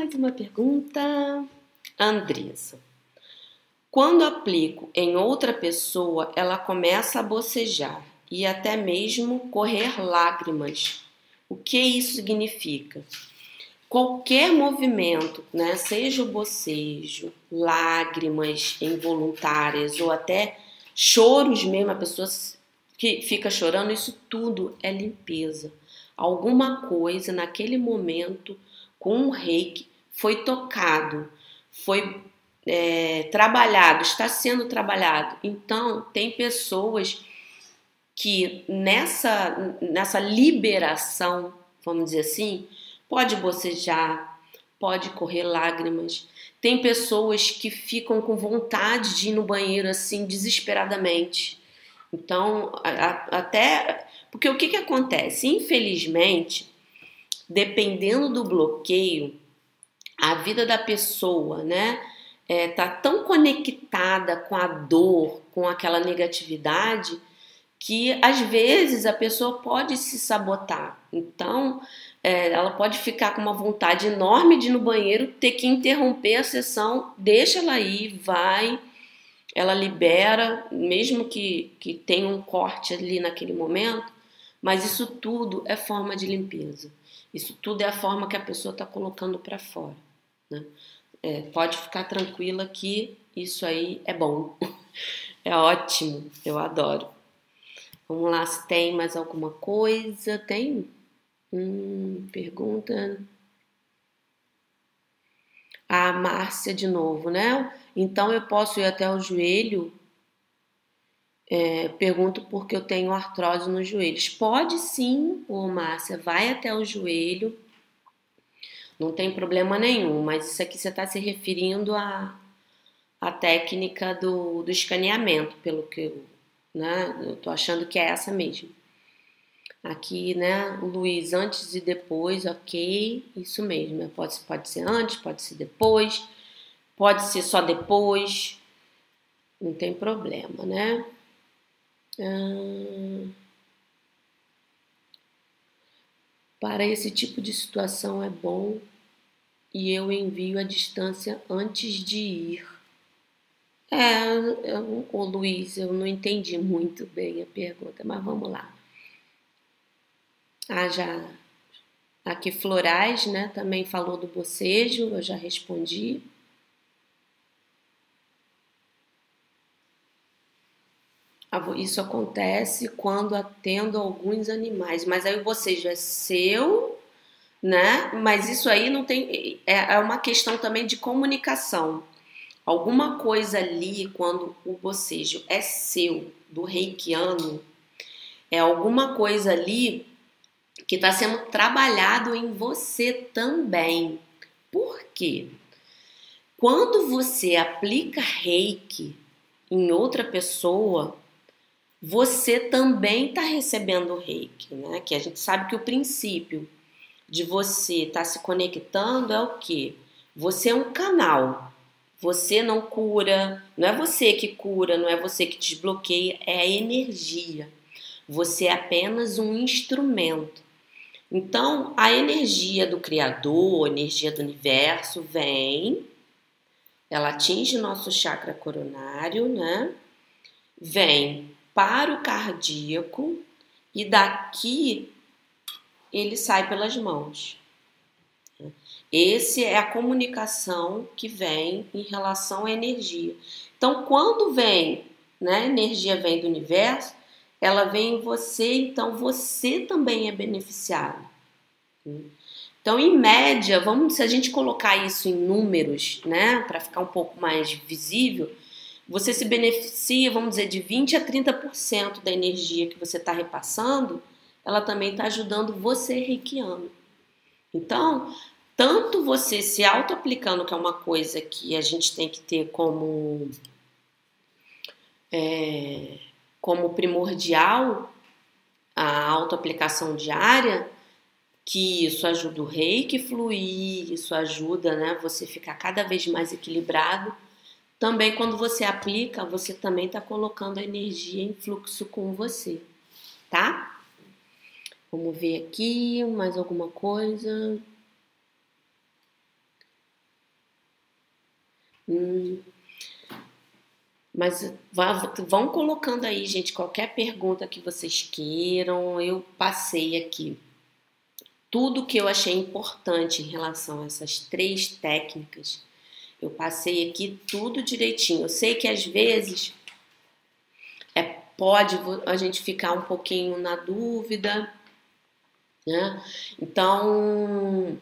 Andressa. Quando aplico em outra pessoa, ela começa a bocejar e até mesmo correr lágrimas. O que isso significa? Qualquer movimento, né, seja o bocejo, lágrimas involuntárias ou até choros mesmo, a pessoa que fica chorando, isso tudo é limpeza. Alguma coisa naquele momento com o reiki foi tocado, foi trabalhado, está sendo trabalhado. Então, tem pessoas que nessa liberação, vamos dizer assim, pode bocejar, pode correr lágrimas. Tem pessoas que ficam com vontade de ir no banheiro assim, desesperadamente. Então, até... Porque o que acontece? Infelizmente, dependendo do bloqueio, a vida da pessoa, né, tá tão conectada com a dor, com aquela negatividade, que às vezes a pessoa pode se sabotar. Então, ela pode ficar com uma vontade enorme de ir no banheiro, ter que interromper a sessão, deixa ela ir, vai, ela libera, mesmo que tenha um corte ali naquele momento, mas isso tudo é forma de limpeza. Isso tudo é a forma que a pessoa está colocando para fora, né? Pode ficar tranquila que isso aí é bom, é ótimo, eu adoro. Vamos lá, se tem mais alguma coisa. Tem? Pergunta. A Márcia de novo, né? Então eu posso ir até o joelho? Pergunto porque eu tenho artrose nos joelhos. Pode sim, Márcia, vai até o joelho. Não tem problema nenhum, mas isso aqui você está se referindo à técnica do escaneamento, pelo que eu tô achando que é essa mesmo. Aqui, né, o Luiz, antes e depois, ok, isso mesmo. Pode ser antes, pode ser depois, pode ser só depois, não tem problema, né? Para esse tipo de situação é bom e eu envio a distância antes de ir. Luiz, eu não entendi muito bem a pergunta, mas vamos lá. Já aqui Florais, né, também falou do bocejo, eu já respondi. Isso acontece quando atendo alguns animais, mas aí o bocejo é seu, né? Mas isso aí não tem, é uma questão também de comunicação. Alguma coisa ali, quando o bocejo é seu, do reikiano, é alguma coisa ali que está sendo trabalhado em você também. Por quê? Quando você aplica reiki em outra pessoa, você também está recebendo reiki, né? Que a gente sabe que o princípio de você estar se conectando é o quê? Você é um canal. Você não cura, não é você que cura, não é você que desbloqueia, é a energia. Você é apenas um instrumento. Então, a energia do Criador, a energia do universo vem, ela atinge nosso chakra coronário, né? Vem para o cardíaco e daqui ele sai pelas mãos. Essa é a comunicação que vem em relação à energia. Então, quando vem, né, energia vem do universo, ela vem em você, então você também é beneficiado. Então, em média, se a gente colocar isso em números, né, para ficar um pouco mais visível, você se beneficia, vamos dizer, de 20 a 30% da energia que você está repassando, ela também está ajudando você reikiano. Então, tanto você se auto-aplicando, que é uma coisa que a gente tem que ter como primordial, a auto-aplicação diária, que isso ajuda o reiki fluir, isso ajuda, né, você ficar cada vez mais equilibrado. Também quando você aplica, você também está colocando a energia em fluxo com você, tá? Vamos ver aqui, mais alguma coisa. Mas vão colocando aí, gente, qualquer pergunta que vocês queiram. Eu passei aqui tudo que eu achei importante em relação a essas 3 técnicas. Eu passei aqui tudo direitinho. Eu sei que às vezes pode a gente ficar um pouquinho na dúvida, né? Então,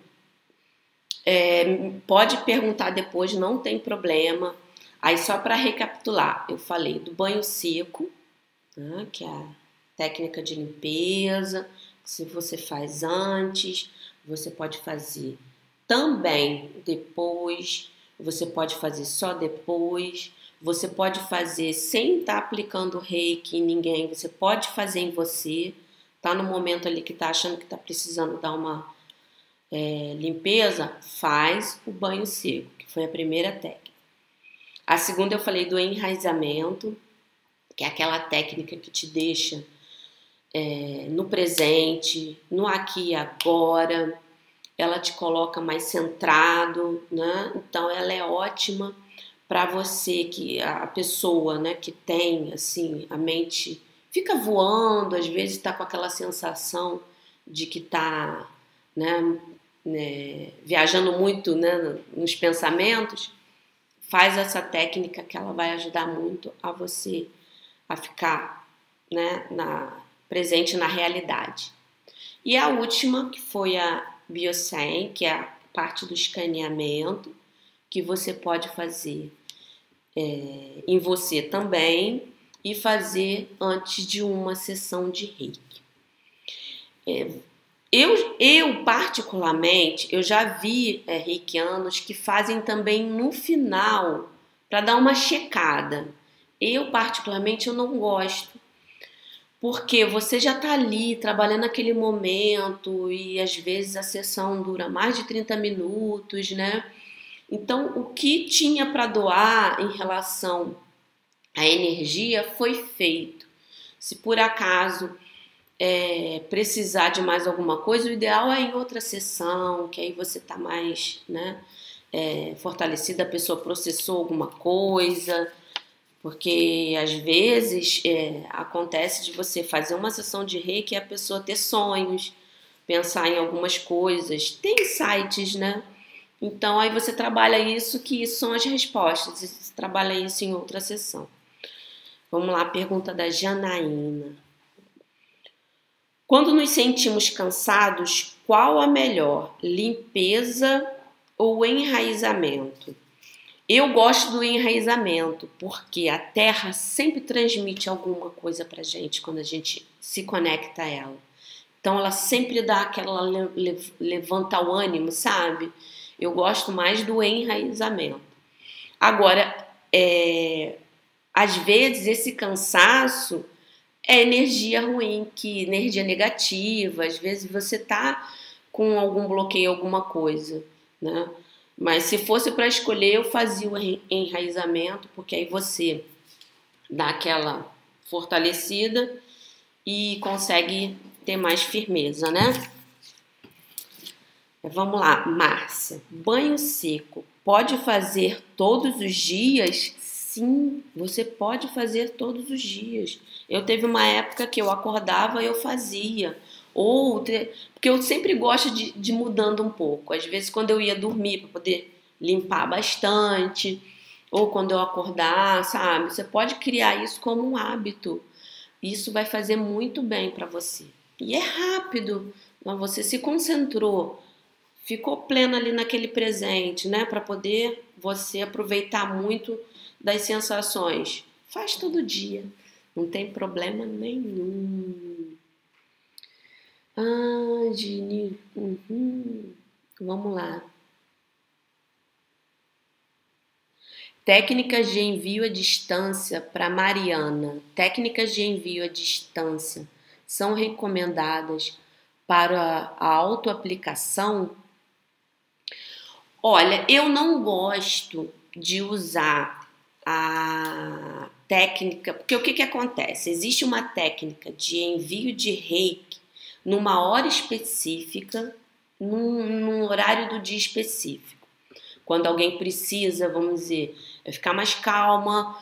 pode perguntar depois, não tem problema. Aí, só para recapitular, eu falei do banho seco, né, que é a técnica de limpeza. Se você faz antes, você pode fazer também depois, você pode fazer só depois, você pode fazer sem estar aplicando reiki em ninguém, você pode fazer em você, tá no momento ali que tá achando que tá precisando dar uma limpeza, faz o banho seco, que foi a primeira técnica. A segunda eu falei do enraizamento, que é aquela técnica que te deixa no presente, no aqui e agora, ela te coloca mais centrado, né? Então ela é ótima para você, que a pessoa, né, que tem assim a mente fica voando, às vezes está com aquela sensação de que está, né, viajando muito, né, nos pensamentos. Faz essa técnica que ela vai ajudar muito a você a ficar, né, presente na realidade. E a última, que foi a Bioscien, que é a parte do escaneamento, que você pode fazer em você também e fazer antes de uma sessão de reiki. Eu particularmente, eu já vi reikianos que fazem também no final, para dar uma checada. Eu particularmente eu não gosto, porque você já está ali trabalhando naquele momento e às vezes a sessão dura mais de 30 minutos, né? Então, o que tinha para doar em relação à energia foi feito. Se por acaso precisar de mais alguma coisa, o ideal é em outra sessão, que aí você está mais, né, fortalecida, a pessoa processou alguma coisa, porque às vezes acontece de você fazer uma sessão de reiki e a pessoa ter sonhos, pensar em algumas coisas, tem sites, né? Então aí você trabalha isso, que isso são as respostas, você trabalha isso em outra sessão. Vamos lá, pergunta da Janaína. Quando nos sentimos cansados, qual a melhor, limpeza ou enraizamento? Eu gosto do enraizamento, porque a terra sempre transmite alguma coisa pra gente quando a gente se conecta a ela. Então ela sempre dá aquela levanta o ânimo, sabe? Eu gosto mais do enraizamento. Agora, às vezes esse cansaço é energia ruim, energia negativa, às vezes você tá com algum bloqueio, alguma coisa, né? Mas se fosse para escolher, eu fazia o enraizamento, porque aí você dá aquela fortalecida e consegue ter mais firmeza, né? Vamos lá, Márcia. Banho seco pode fazer todos os dias? Sim, você pode fazer todos os dias. Eu teve uma época que eu acordava e eu fazia. Porque eu sempre gosto de mudando um pouco. Às vezes quando eu ia dormir para poder limpar bastante, ou quando eu acordar, sabe? Você pode criar isso como um hábito. Isso vai fazer muito bem para você. E é rápido, mas você se concentrou, ficou pleno ali naquele presente, né? Para poder você aproveitar muito das sensações. Faz todo dia, não tem problema nenhum. Ah, Gini, vamos lá. Técnicas de envio à distância para Mariana. Técnicas de envio à distância são recomendadas para a autoaplicação? Olha, eu não gosto de usar a técnica, porque o que acontece? Existe uma técnica de envio de reiki numa hora específica, num horário do dia específico. Quando alguém precisa, vamos dizer, ficar mais calma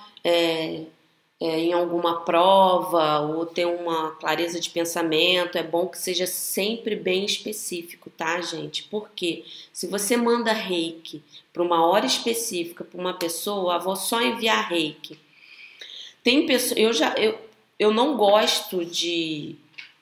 em alguma prova ou ter uma clareza de pensamento, é bom que seja sempre bem específico, tá, gente? Porque se você manda reiki para uma hora específica para uma pessoa, vou só enviar reiki. Tem pessoa, eu não gosto de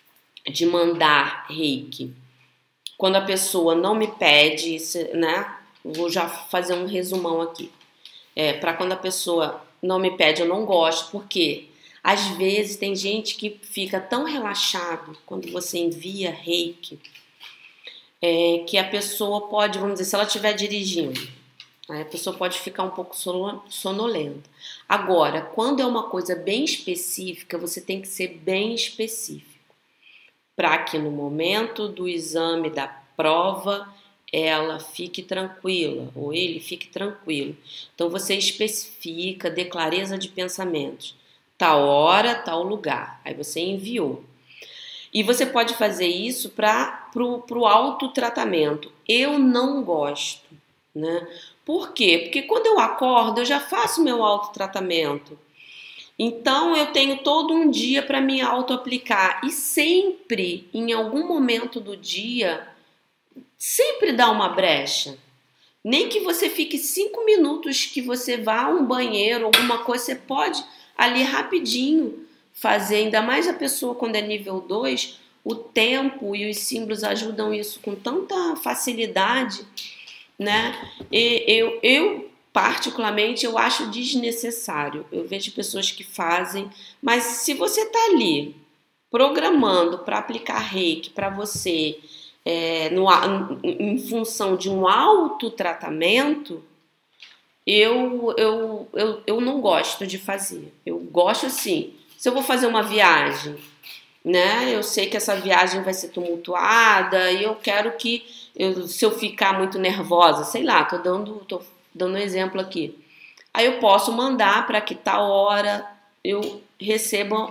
mandar reiki quando a pessoa não me pede, né? Vou já fazer um resumão aqui. Para quando a pessoa não me pede, eu não gosto, porque às vezes tem gente que fica tão relaxado quando você envia reiki, que a pessoa pode, vamos dizer, se ela estiver dirigindo, a pessoa pode ficar um pouco sonolenta. Agora, quando é uma coisa bem específica, você tem que ser bem específico, para que no momento do exame da prova ela fique tranquila, ou ele fique tranquilo. Então você especifica, dê clareza de pensamentos. Tal hora, tal lugar. Aí você enviou. E você pode fazer isso para o autotratamento. Eu não gosto, né? Por quê? Porque quando eu acordo, eu já faço meu autotratamento. Então eu tenho todo um dia para me auto-aplicar. E sempre, em algum momento do dia, sempre dá uma brecha. Nem que você fique 5 minutos que você vá a um banheiro, alguma coisa, você pode ali rapidinho fazer, ainda mais a pessoa quando é nível 2, o tempo e os símbolos ajudam isso com tanta facilidade, né? Eu particularmente, eu acho desnecessário. Eu vejo pessoas que fazem, mas se você tá ali programando para aplicar reiki para você, em função de um autotratamento, eu não gosto de fazer. Eu gosto assim, se eu vou fazer uma viagem, né? Eu sei que essa viagem vai ser tumultuada e eu quero que, se eu ficar muito nervosa, sei lá, tô dando um exemplo aqui. Aí eu posso mandar para que tal hora eu receba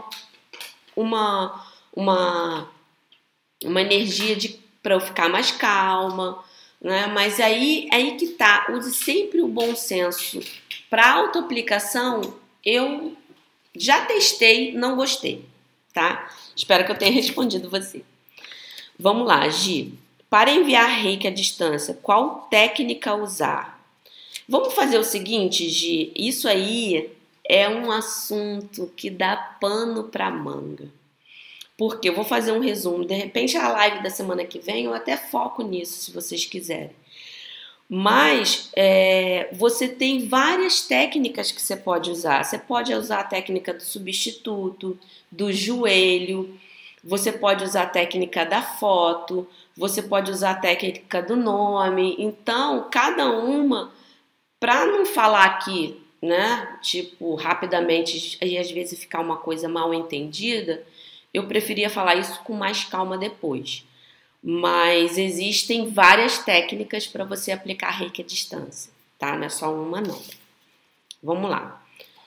uma energia para eu ficar mais calma, né? Mas aí que tá, use sempre o bom senso. Para autoaplicação, eu já testei, não gostei, tá? Espero que eu tenha respondido você. Vamos lá, Gi. Para enviar reiki à distância, qual técnica usar? Vamos fazer o seguinte, Gi. Isso aí é um assunto que dá pano para manga. Porque eu vou fazer um resumo. De repente, a live da semana que vem, eu até foco nisso, se vocês quiserem. Mas você tem várias técnicas que você pode usar. Você pode usar a técnica do substituto, do joelho, você pode usar a técnica da foto, você pode usar a técnica do nome. Então, cada uma, para não falar aqui, né, tipo, rapidamente e às vezes ficar uma coisa mal entendida, eu preferia falar isso com mais calma depois. Mas existem várias técnicas para você aplicar reiki à distância, tá? Não é só uma, não. Vamos lá.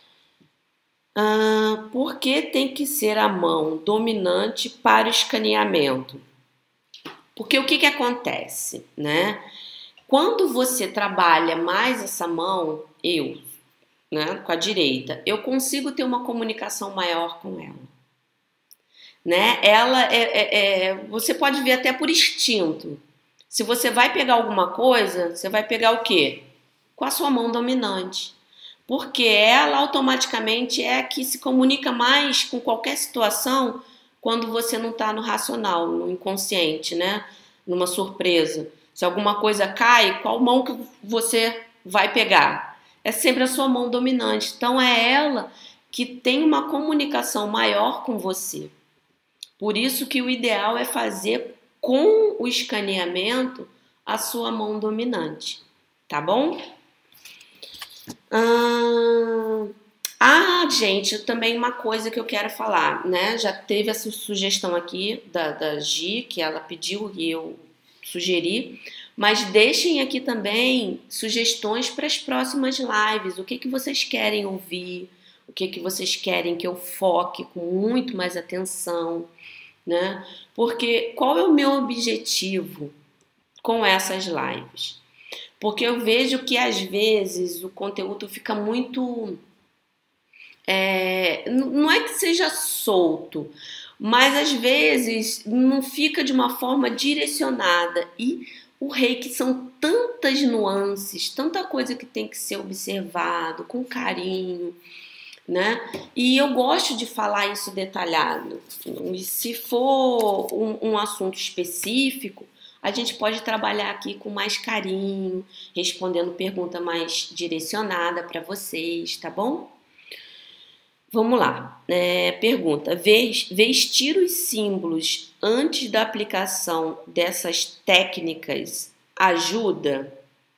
Por que tem que ser a mão dominante para o escaneamento? Porque o que acontece, né? Quando você trabalha mais essa mão, né, com a direita, eu consigo ter uma comunicação maior com ela. Né? Ela você pode ver até por instinto. Se você vai pegar alguma coisa, você vai pegar o quê? Com a sua mão dominante. Porque ela automaticamente é a que se comunica mais com qualquer situação quando você não está no racional, no inconsciente, né? Numa surpresa. Se alguma coisa cai, qual mão que você vai pegar? É sempre a sua mão dominante. Então é ela que tem uma comunicação maior com você. Por isso que o ideal é fazer com o escaneamento a sua mão dominante, tá bom? Gente, também uma coisa que eu quero falar, né? Já teve essa sugestão aqui da Gi, que ela pediu e eu sugeri, mas deixem aqui também sugestões para as próximas lives, o que vocês querem ouvir, o que vocês querem que eu foque com muito mais atenção, né? Porque qual é o meu objetivo com essas lives? Porque eu vejo que às vezes o conteúdo fica muito... não é que seja solto, mas às vezes não fica de uma forma direcionada. E o Reiki são tantas nuances, tanta coisa que tem que ser observado com carinho, né? E eu gosto de falar isso detalhado. E se for um assunto específico, a gente pode trabalhar aqui com mais carinho, respondendo pergunta mais direcionada para vocês, tá bom? Vamos lá. Pergunta: vestir os símbolos antes da aplicação dessas técnicas ajuda?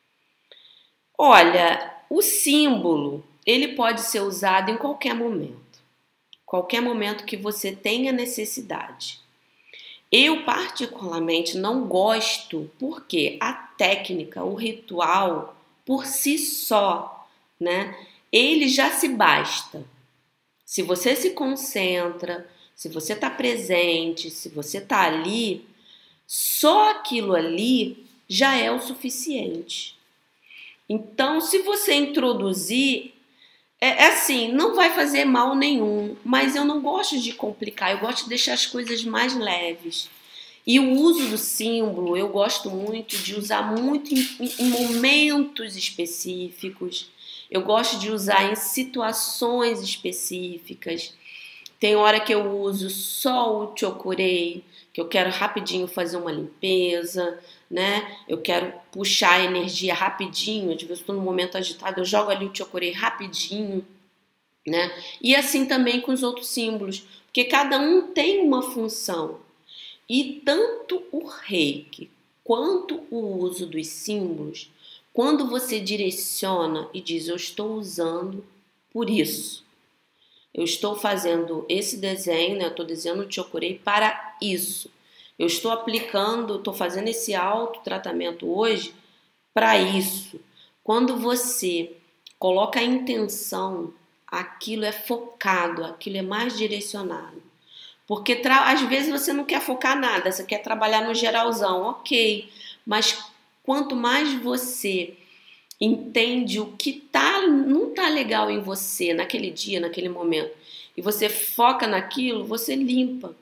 Olha, o símbolo ele pode ser usado em qualquer momento que você tenha necessidade. Eu particularmente não gosto porque a técnica, o ritual, por si só, né, ele já se basta. Se você se concentra, se você está presente, se você está ali, só aquilo ali já é o suficiente. Então, se você introduzir, assim, não vai fazer mal nenhum, mas eu não gosto de complicar, eu gosto de deixar as coisas mais leves. E o uso do símbolo, eu gosto muito de usar muito em momentos específicos. Eu gosto de usar em situações específicas. Tem hora que eu uso só o chokurei, que eu quero rapidinho fazer uma limpeza, né? Eu quero puxar a energia rapidinho. De vez em quando, no momento agitado, eu jogo ali o chokurei rapidinho, né? E assim também com os outros símbolos, porque cada um tem uma função. E tanto o Reiki quanto o uso dos símbolos, quando você direciona e diz: eu estou usando por isso, eu estou fazendo esse desenho, né? Eu estou desenhando o chokurei para isso, eu estou aplicando, estou fazendo esse autotratamento hoje para isso. Quando você coloca a intenção, aquilo é focado, aquilo é mais direcionado. Porque às vezes você não quer focar nada, você quer trabalhar no geralzão, ok. Mas quanto mais você entende o que não tá legal em você naquele dia, naquele momento, e você foca naquilo, você limpa.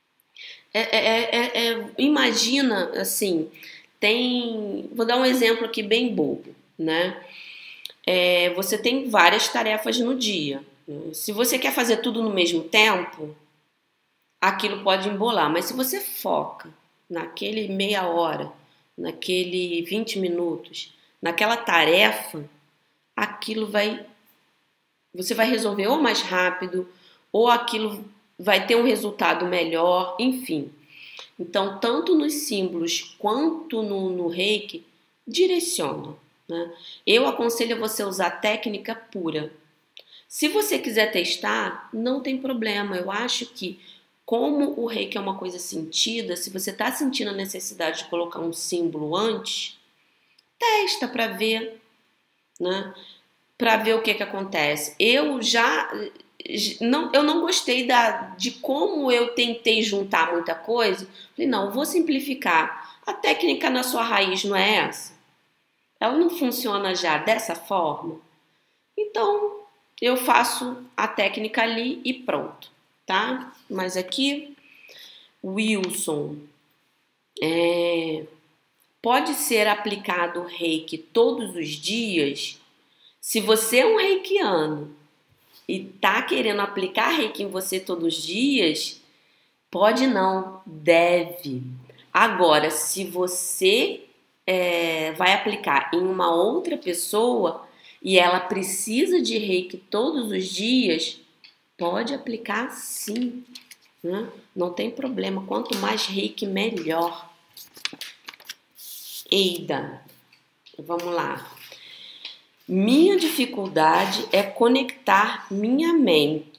Imagina, assim, vou dar um exemplo aqui bem bobo, né? Você tem várias tarefas no dia. Se você quer fazer tudo no mesmo tempo, aquilo pode embolar, mas se você foca naquele meia hora, naquele 20 minutos, naquela tarefa, você vai resolver ou mais rápido, ou aquilo vai ter um resultado melhor, enfim. Então, tanto nos símbolos quanto no Reiki, direciona, né? Eu aconselho você a usar técnica pura. Se você quiser testar, não tem problema. Eu acho que como o Reiki é uma coisa sentida, se você está sentindo a necessidade de colocar um símbolo antes, testa para ver, né? Para ver o que acontece. Eu não gostei de como eu tentei juntar muita coisa. Falei, não, eu vou simplificar. A técnica na sua raiz não é essa? Ela não funciona já dessa forma? Então, eu faço a técnica ali e pronto, tá? Mas aqui, Wilson, pode ser aplicado o reiki todos os dias? Se você é um reikiano e tá querendo aplicar reiki em você todos os dias, pode não, deve. Agora, se você vai aplicar em uma outra pessoa e ela precisa de reiki todos os dias, pode aplicar sim, né? Não tem problema, quanto mais reiki, melhor. Eida, vamos lá. Minha dificuldade é conectar minha mente,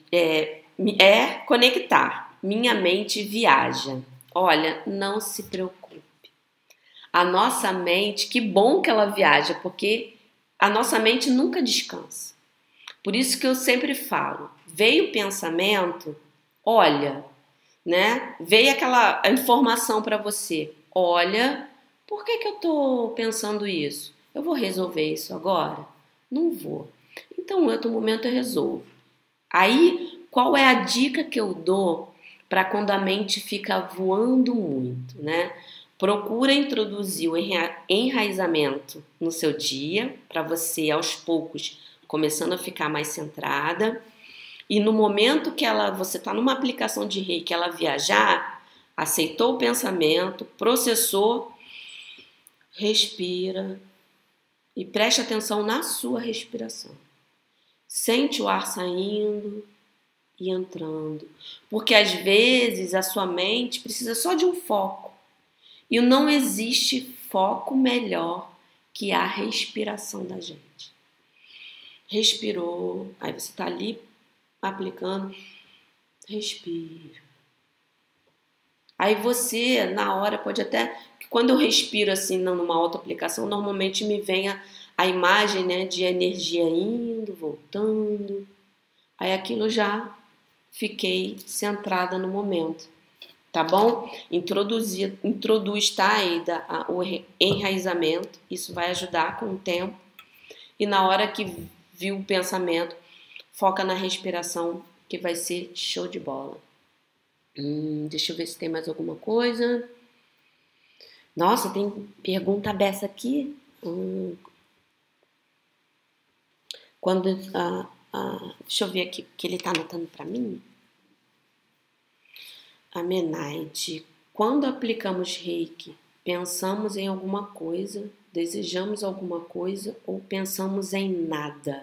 minha mente viaja. Olha, não se preocupe. A nossa mente, que bom que ela viaja, porque a nossa mente nunca descansa. Por isso que eu sempre falo, veio o pensamento, olha, né? Veio aquela informação para você, olha, por que eu tô pensando isso? Eu vou resolver isso agora? Não vou. Então, em outro momento eu resolvo. Aí, qual é a dica que eu dou para quando a mente fica voando muito, né? Procura introduzir o enraizamento no seu dia, para você, aos poucos, começando a ficar mais centrada. E no momento que você está numa aplicação de reiki, ela viajar, aceitou o pensamento, processou, respira e preste atenção na sua respiração. Sente o ar saindo e entrando, porque às vezes a sua mente precisa só de um foco. E não existe foco melhor que a respiração da gente. Respirou, aí você está ali aplicando, respira. Aí você, na hora, pode até... Quando eu respiro assim, numa auto-aplicação, normalmente me vem a imagem, né, de energia indo, voltando. Aí aquilo já fiquei centrada no momento. Tá bom? Introduz, tá, Aida, o enraizamento. Isso vai ajudar com o tempo. E na hora que viu o pensamento, foca na respiração, que vai ser show de bola. Deixa eu ver se tem mais alguma coisa. Nossa, tem pergunta aberta aqui. Deixa eu ver aqui, que ele tá anotando para mim. A Menaide, quando aplicamos reiki, pensamos em alguma coisa, desejamos alguma coisa ou pensamos em nada?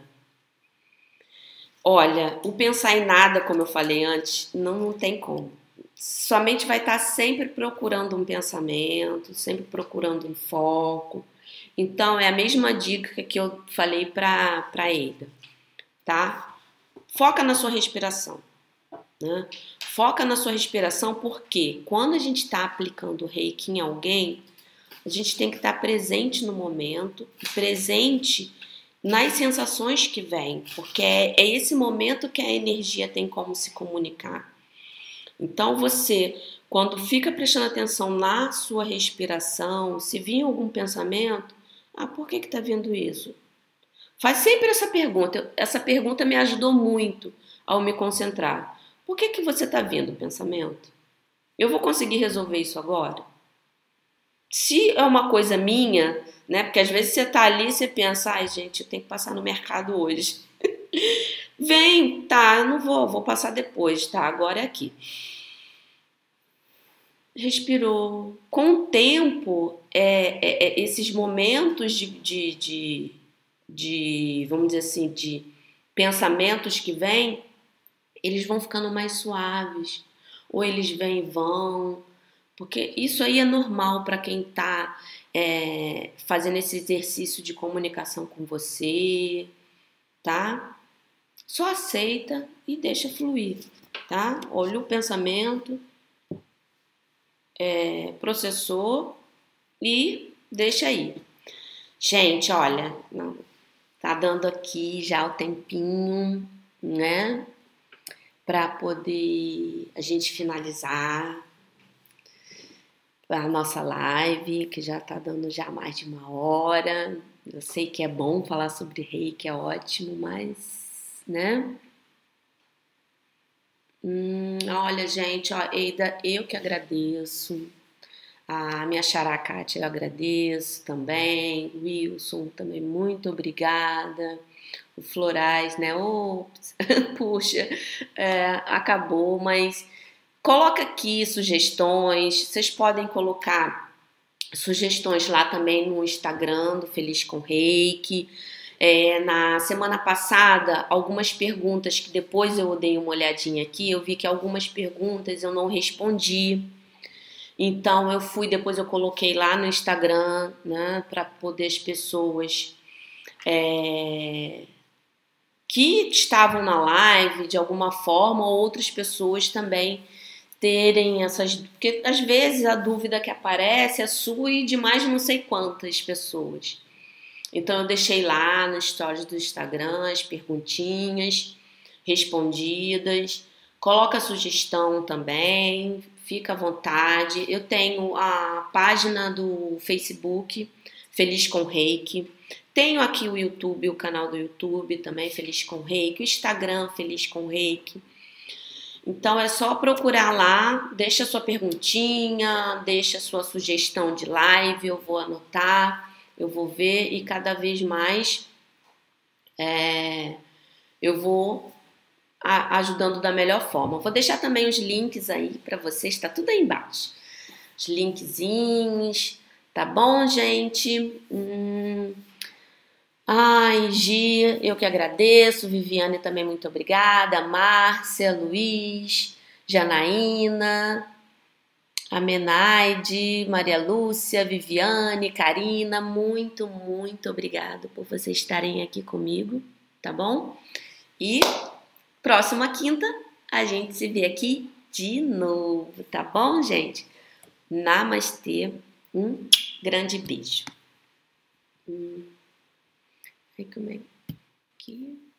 Olha, o pensar em nada, como eu falei antes, não tem como. Sua mente vai estar sempre procurando um pensamento, sempre procurando um foco. Então, é a mesma dica que eu falei para Eida, tá? Foca na sua respiração, né? Foca na sua respiração porque quando a gente está aplicando o reiki em alguém, a gente tem que estar presente no momento, presente nas sensações que vêm, porque é esse momento que a energia tem como se comunicar. Então você, quando fica prestando atenção na sua respiração, se vir algum pensamento, por que está vindo isso? Faz sempre essa pergunta. Essa pergunta me ajudou muito ao me concentrar. Por que você está vendo o pensamento? Eu vou conseguir resolver isso agora? Se é uma coisa minha, né? Porque às vezes você está ali e você pensa, gente, eu tenho que passar no mercado hoje. Vem, tá, não vou passar depois, tá? Agora é aqui. Respirou. Com o tempo, esses momentos de, vamos dizer assim, de pensamentos que vêm, eles vão ficando mais suaves, ou eles vêm e vão, porque isso aí é normal para quem está fazendo esse exercício de comunicação com você, tá? Só aceita e deixa fluir, tá? Olha o pensamento, processou e deixa aí. Gente, olha, tá dando aqui já o tempinho, né? Para poder a gente finalizar. a nossa live, que já tá dando já mais de 1 hora. Eu sei que é bom falar sobre reiki, é ótimo, mas, né? Olha, gente, ó, Eida, eu que agradeço. A minha xará Kátia, eu agradeço também. Wilson, também muito obrigada. O Florais, né? Ops, puxa, acabou, mas coloca aqui sugestões. Vocês podem colocar sugestões lá também no Instagram do Feliz com Reiki. Na semana passada, algumas perguntas que depois eu dei uma olhadinha aqui, eu vi que algumas perguntas eu não respondi. Então depois eu coloquei lá no Instagram, né, para poder as pessoas que estavam na live de alguma forma, ou outras pessoas também terem essas. Porque às vezes a dúvida que aparece é sua e de mais não sei quantas pessoas. Então eu deixei lá no stories do Instagram as perguntinhas respondidas. Coloca sugestão também, fica à vontade. Eu tenho a página do Facebook Feliz com Reiki. Tenho aqui o YouTube, o canal do YouTube também Feliz com Reiki, o Instagram Feliz com Reiki. Então é só procurar lá, deixa sua perguntinha, deixa sua sugestão de live, eu vou anotar, eu vou ver e cada vez mais eu vou ajudando da melhor forma. Vou deixar também os links aí para vocês, tá tudo aí embaixo. Os linkzinhos, tá bom, gente? Ai, Gi, eu que agradeço. Viviane também, muito obrigada. Márcia, Luiz, Janaína, Amenaide, Maria Lúcia, Viviane, Karina, muito, muito obrigado por vocês estarem aqui comigo, tá bom? E próxima quinta a gente se vê aqui de novo, tá bom, gente? Namastê, um grande beijo. Como é que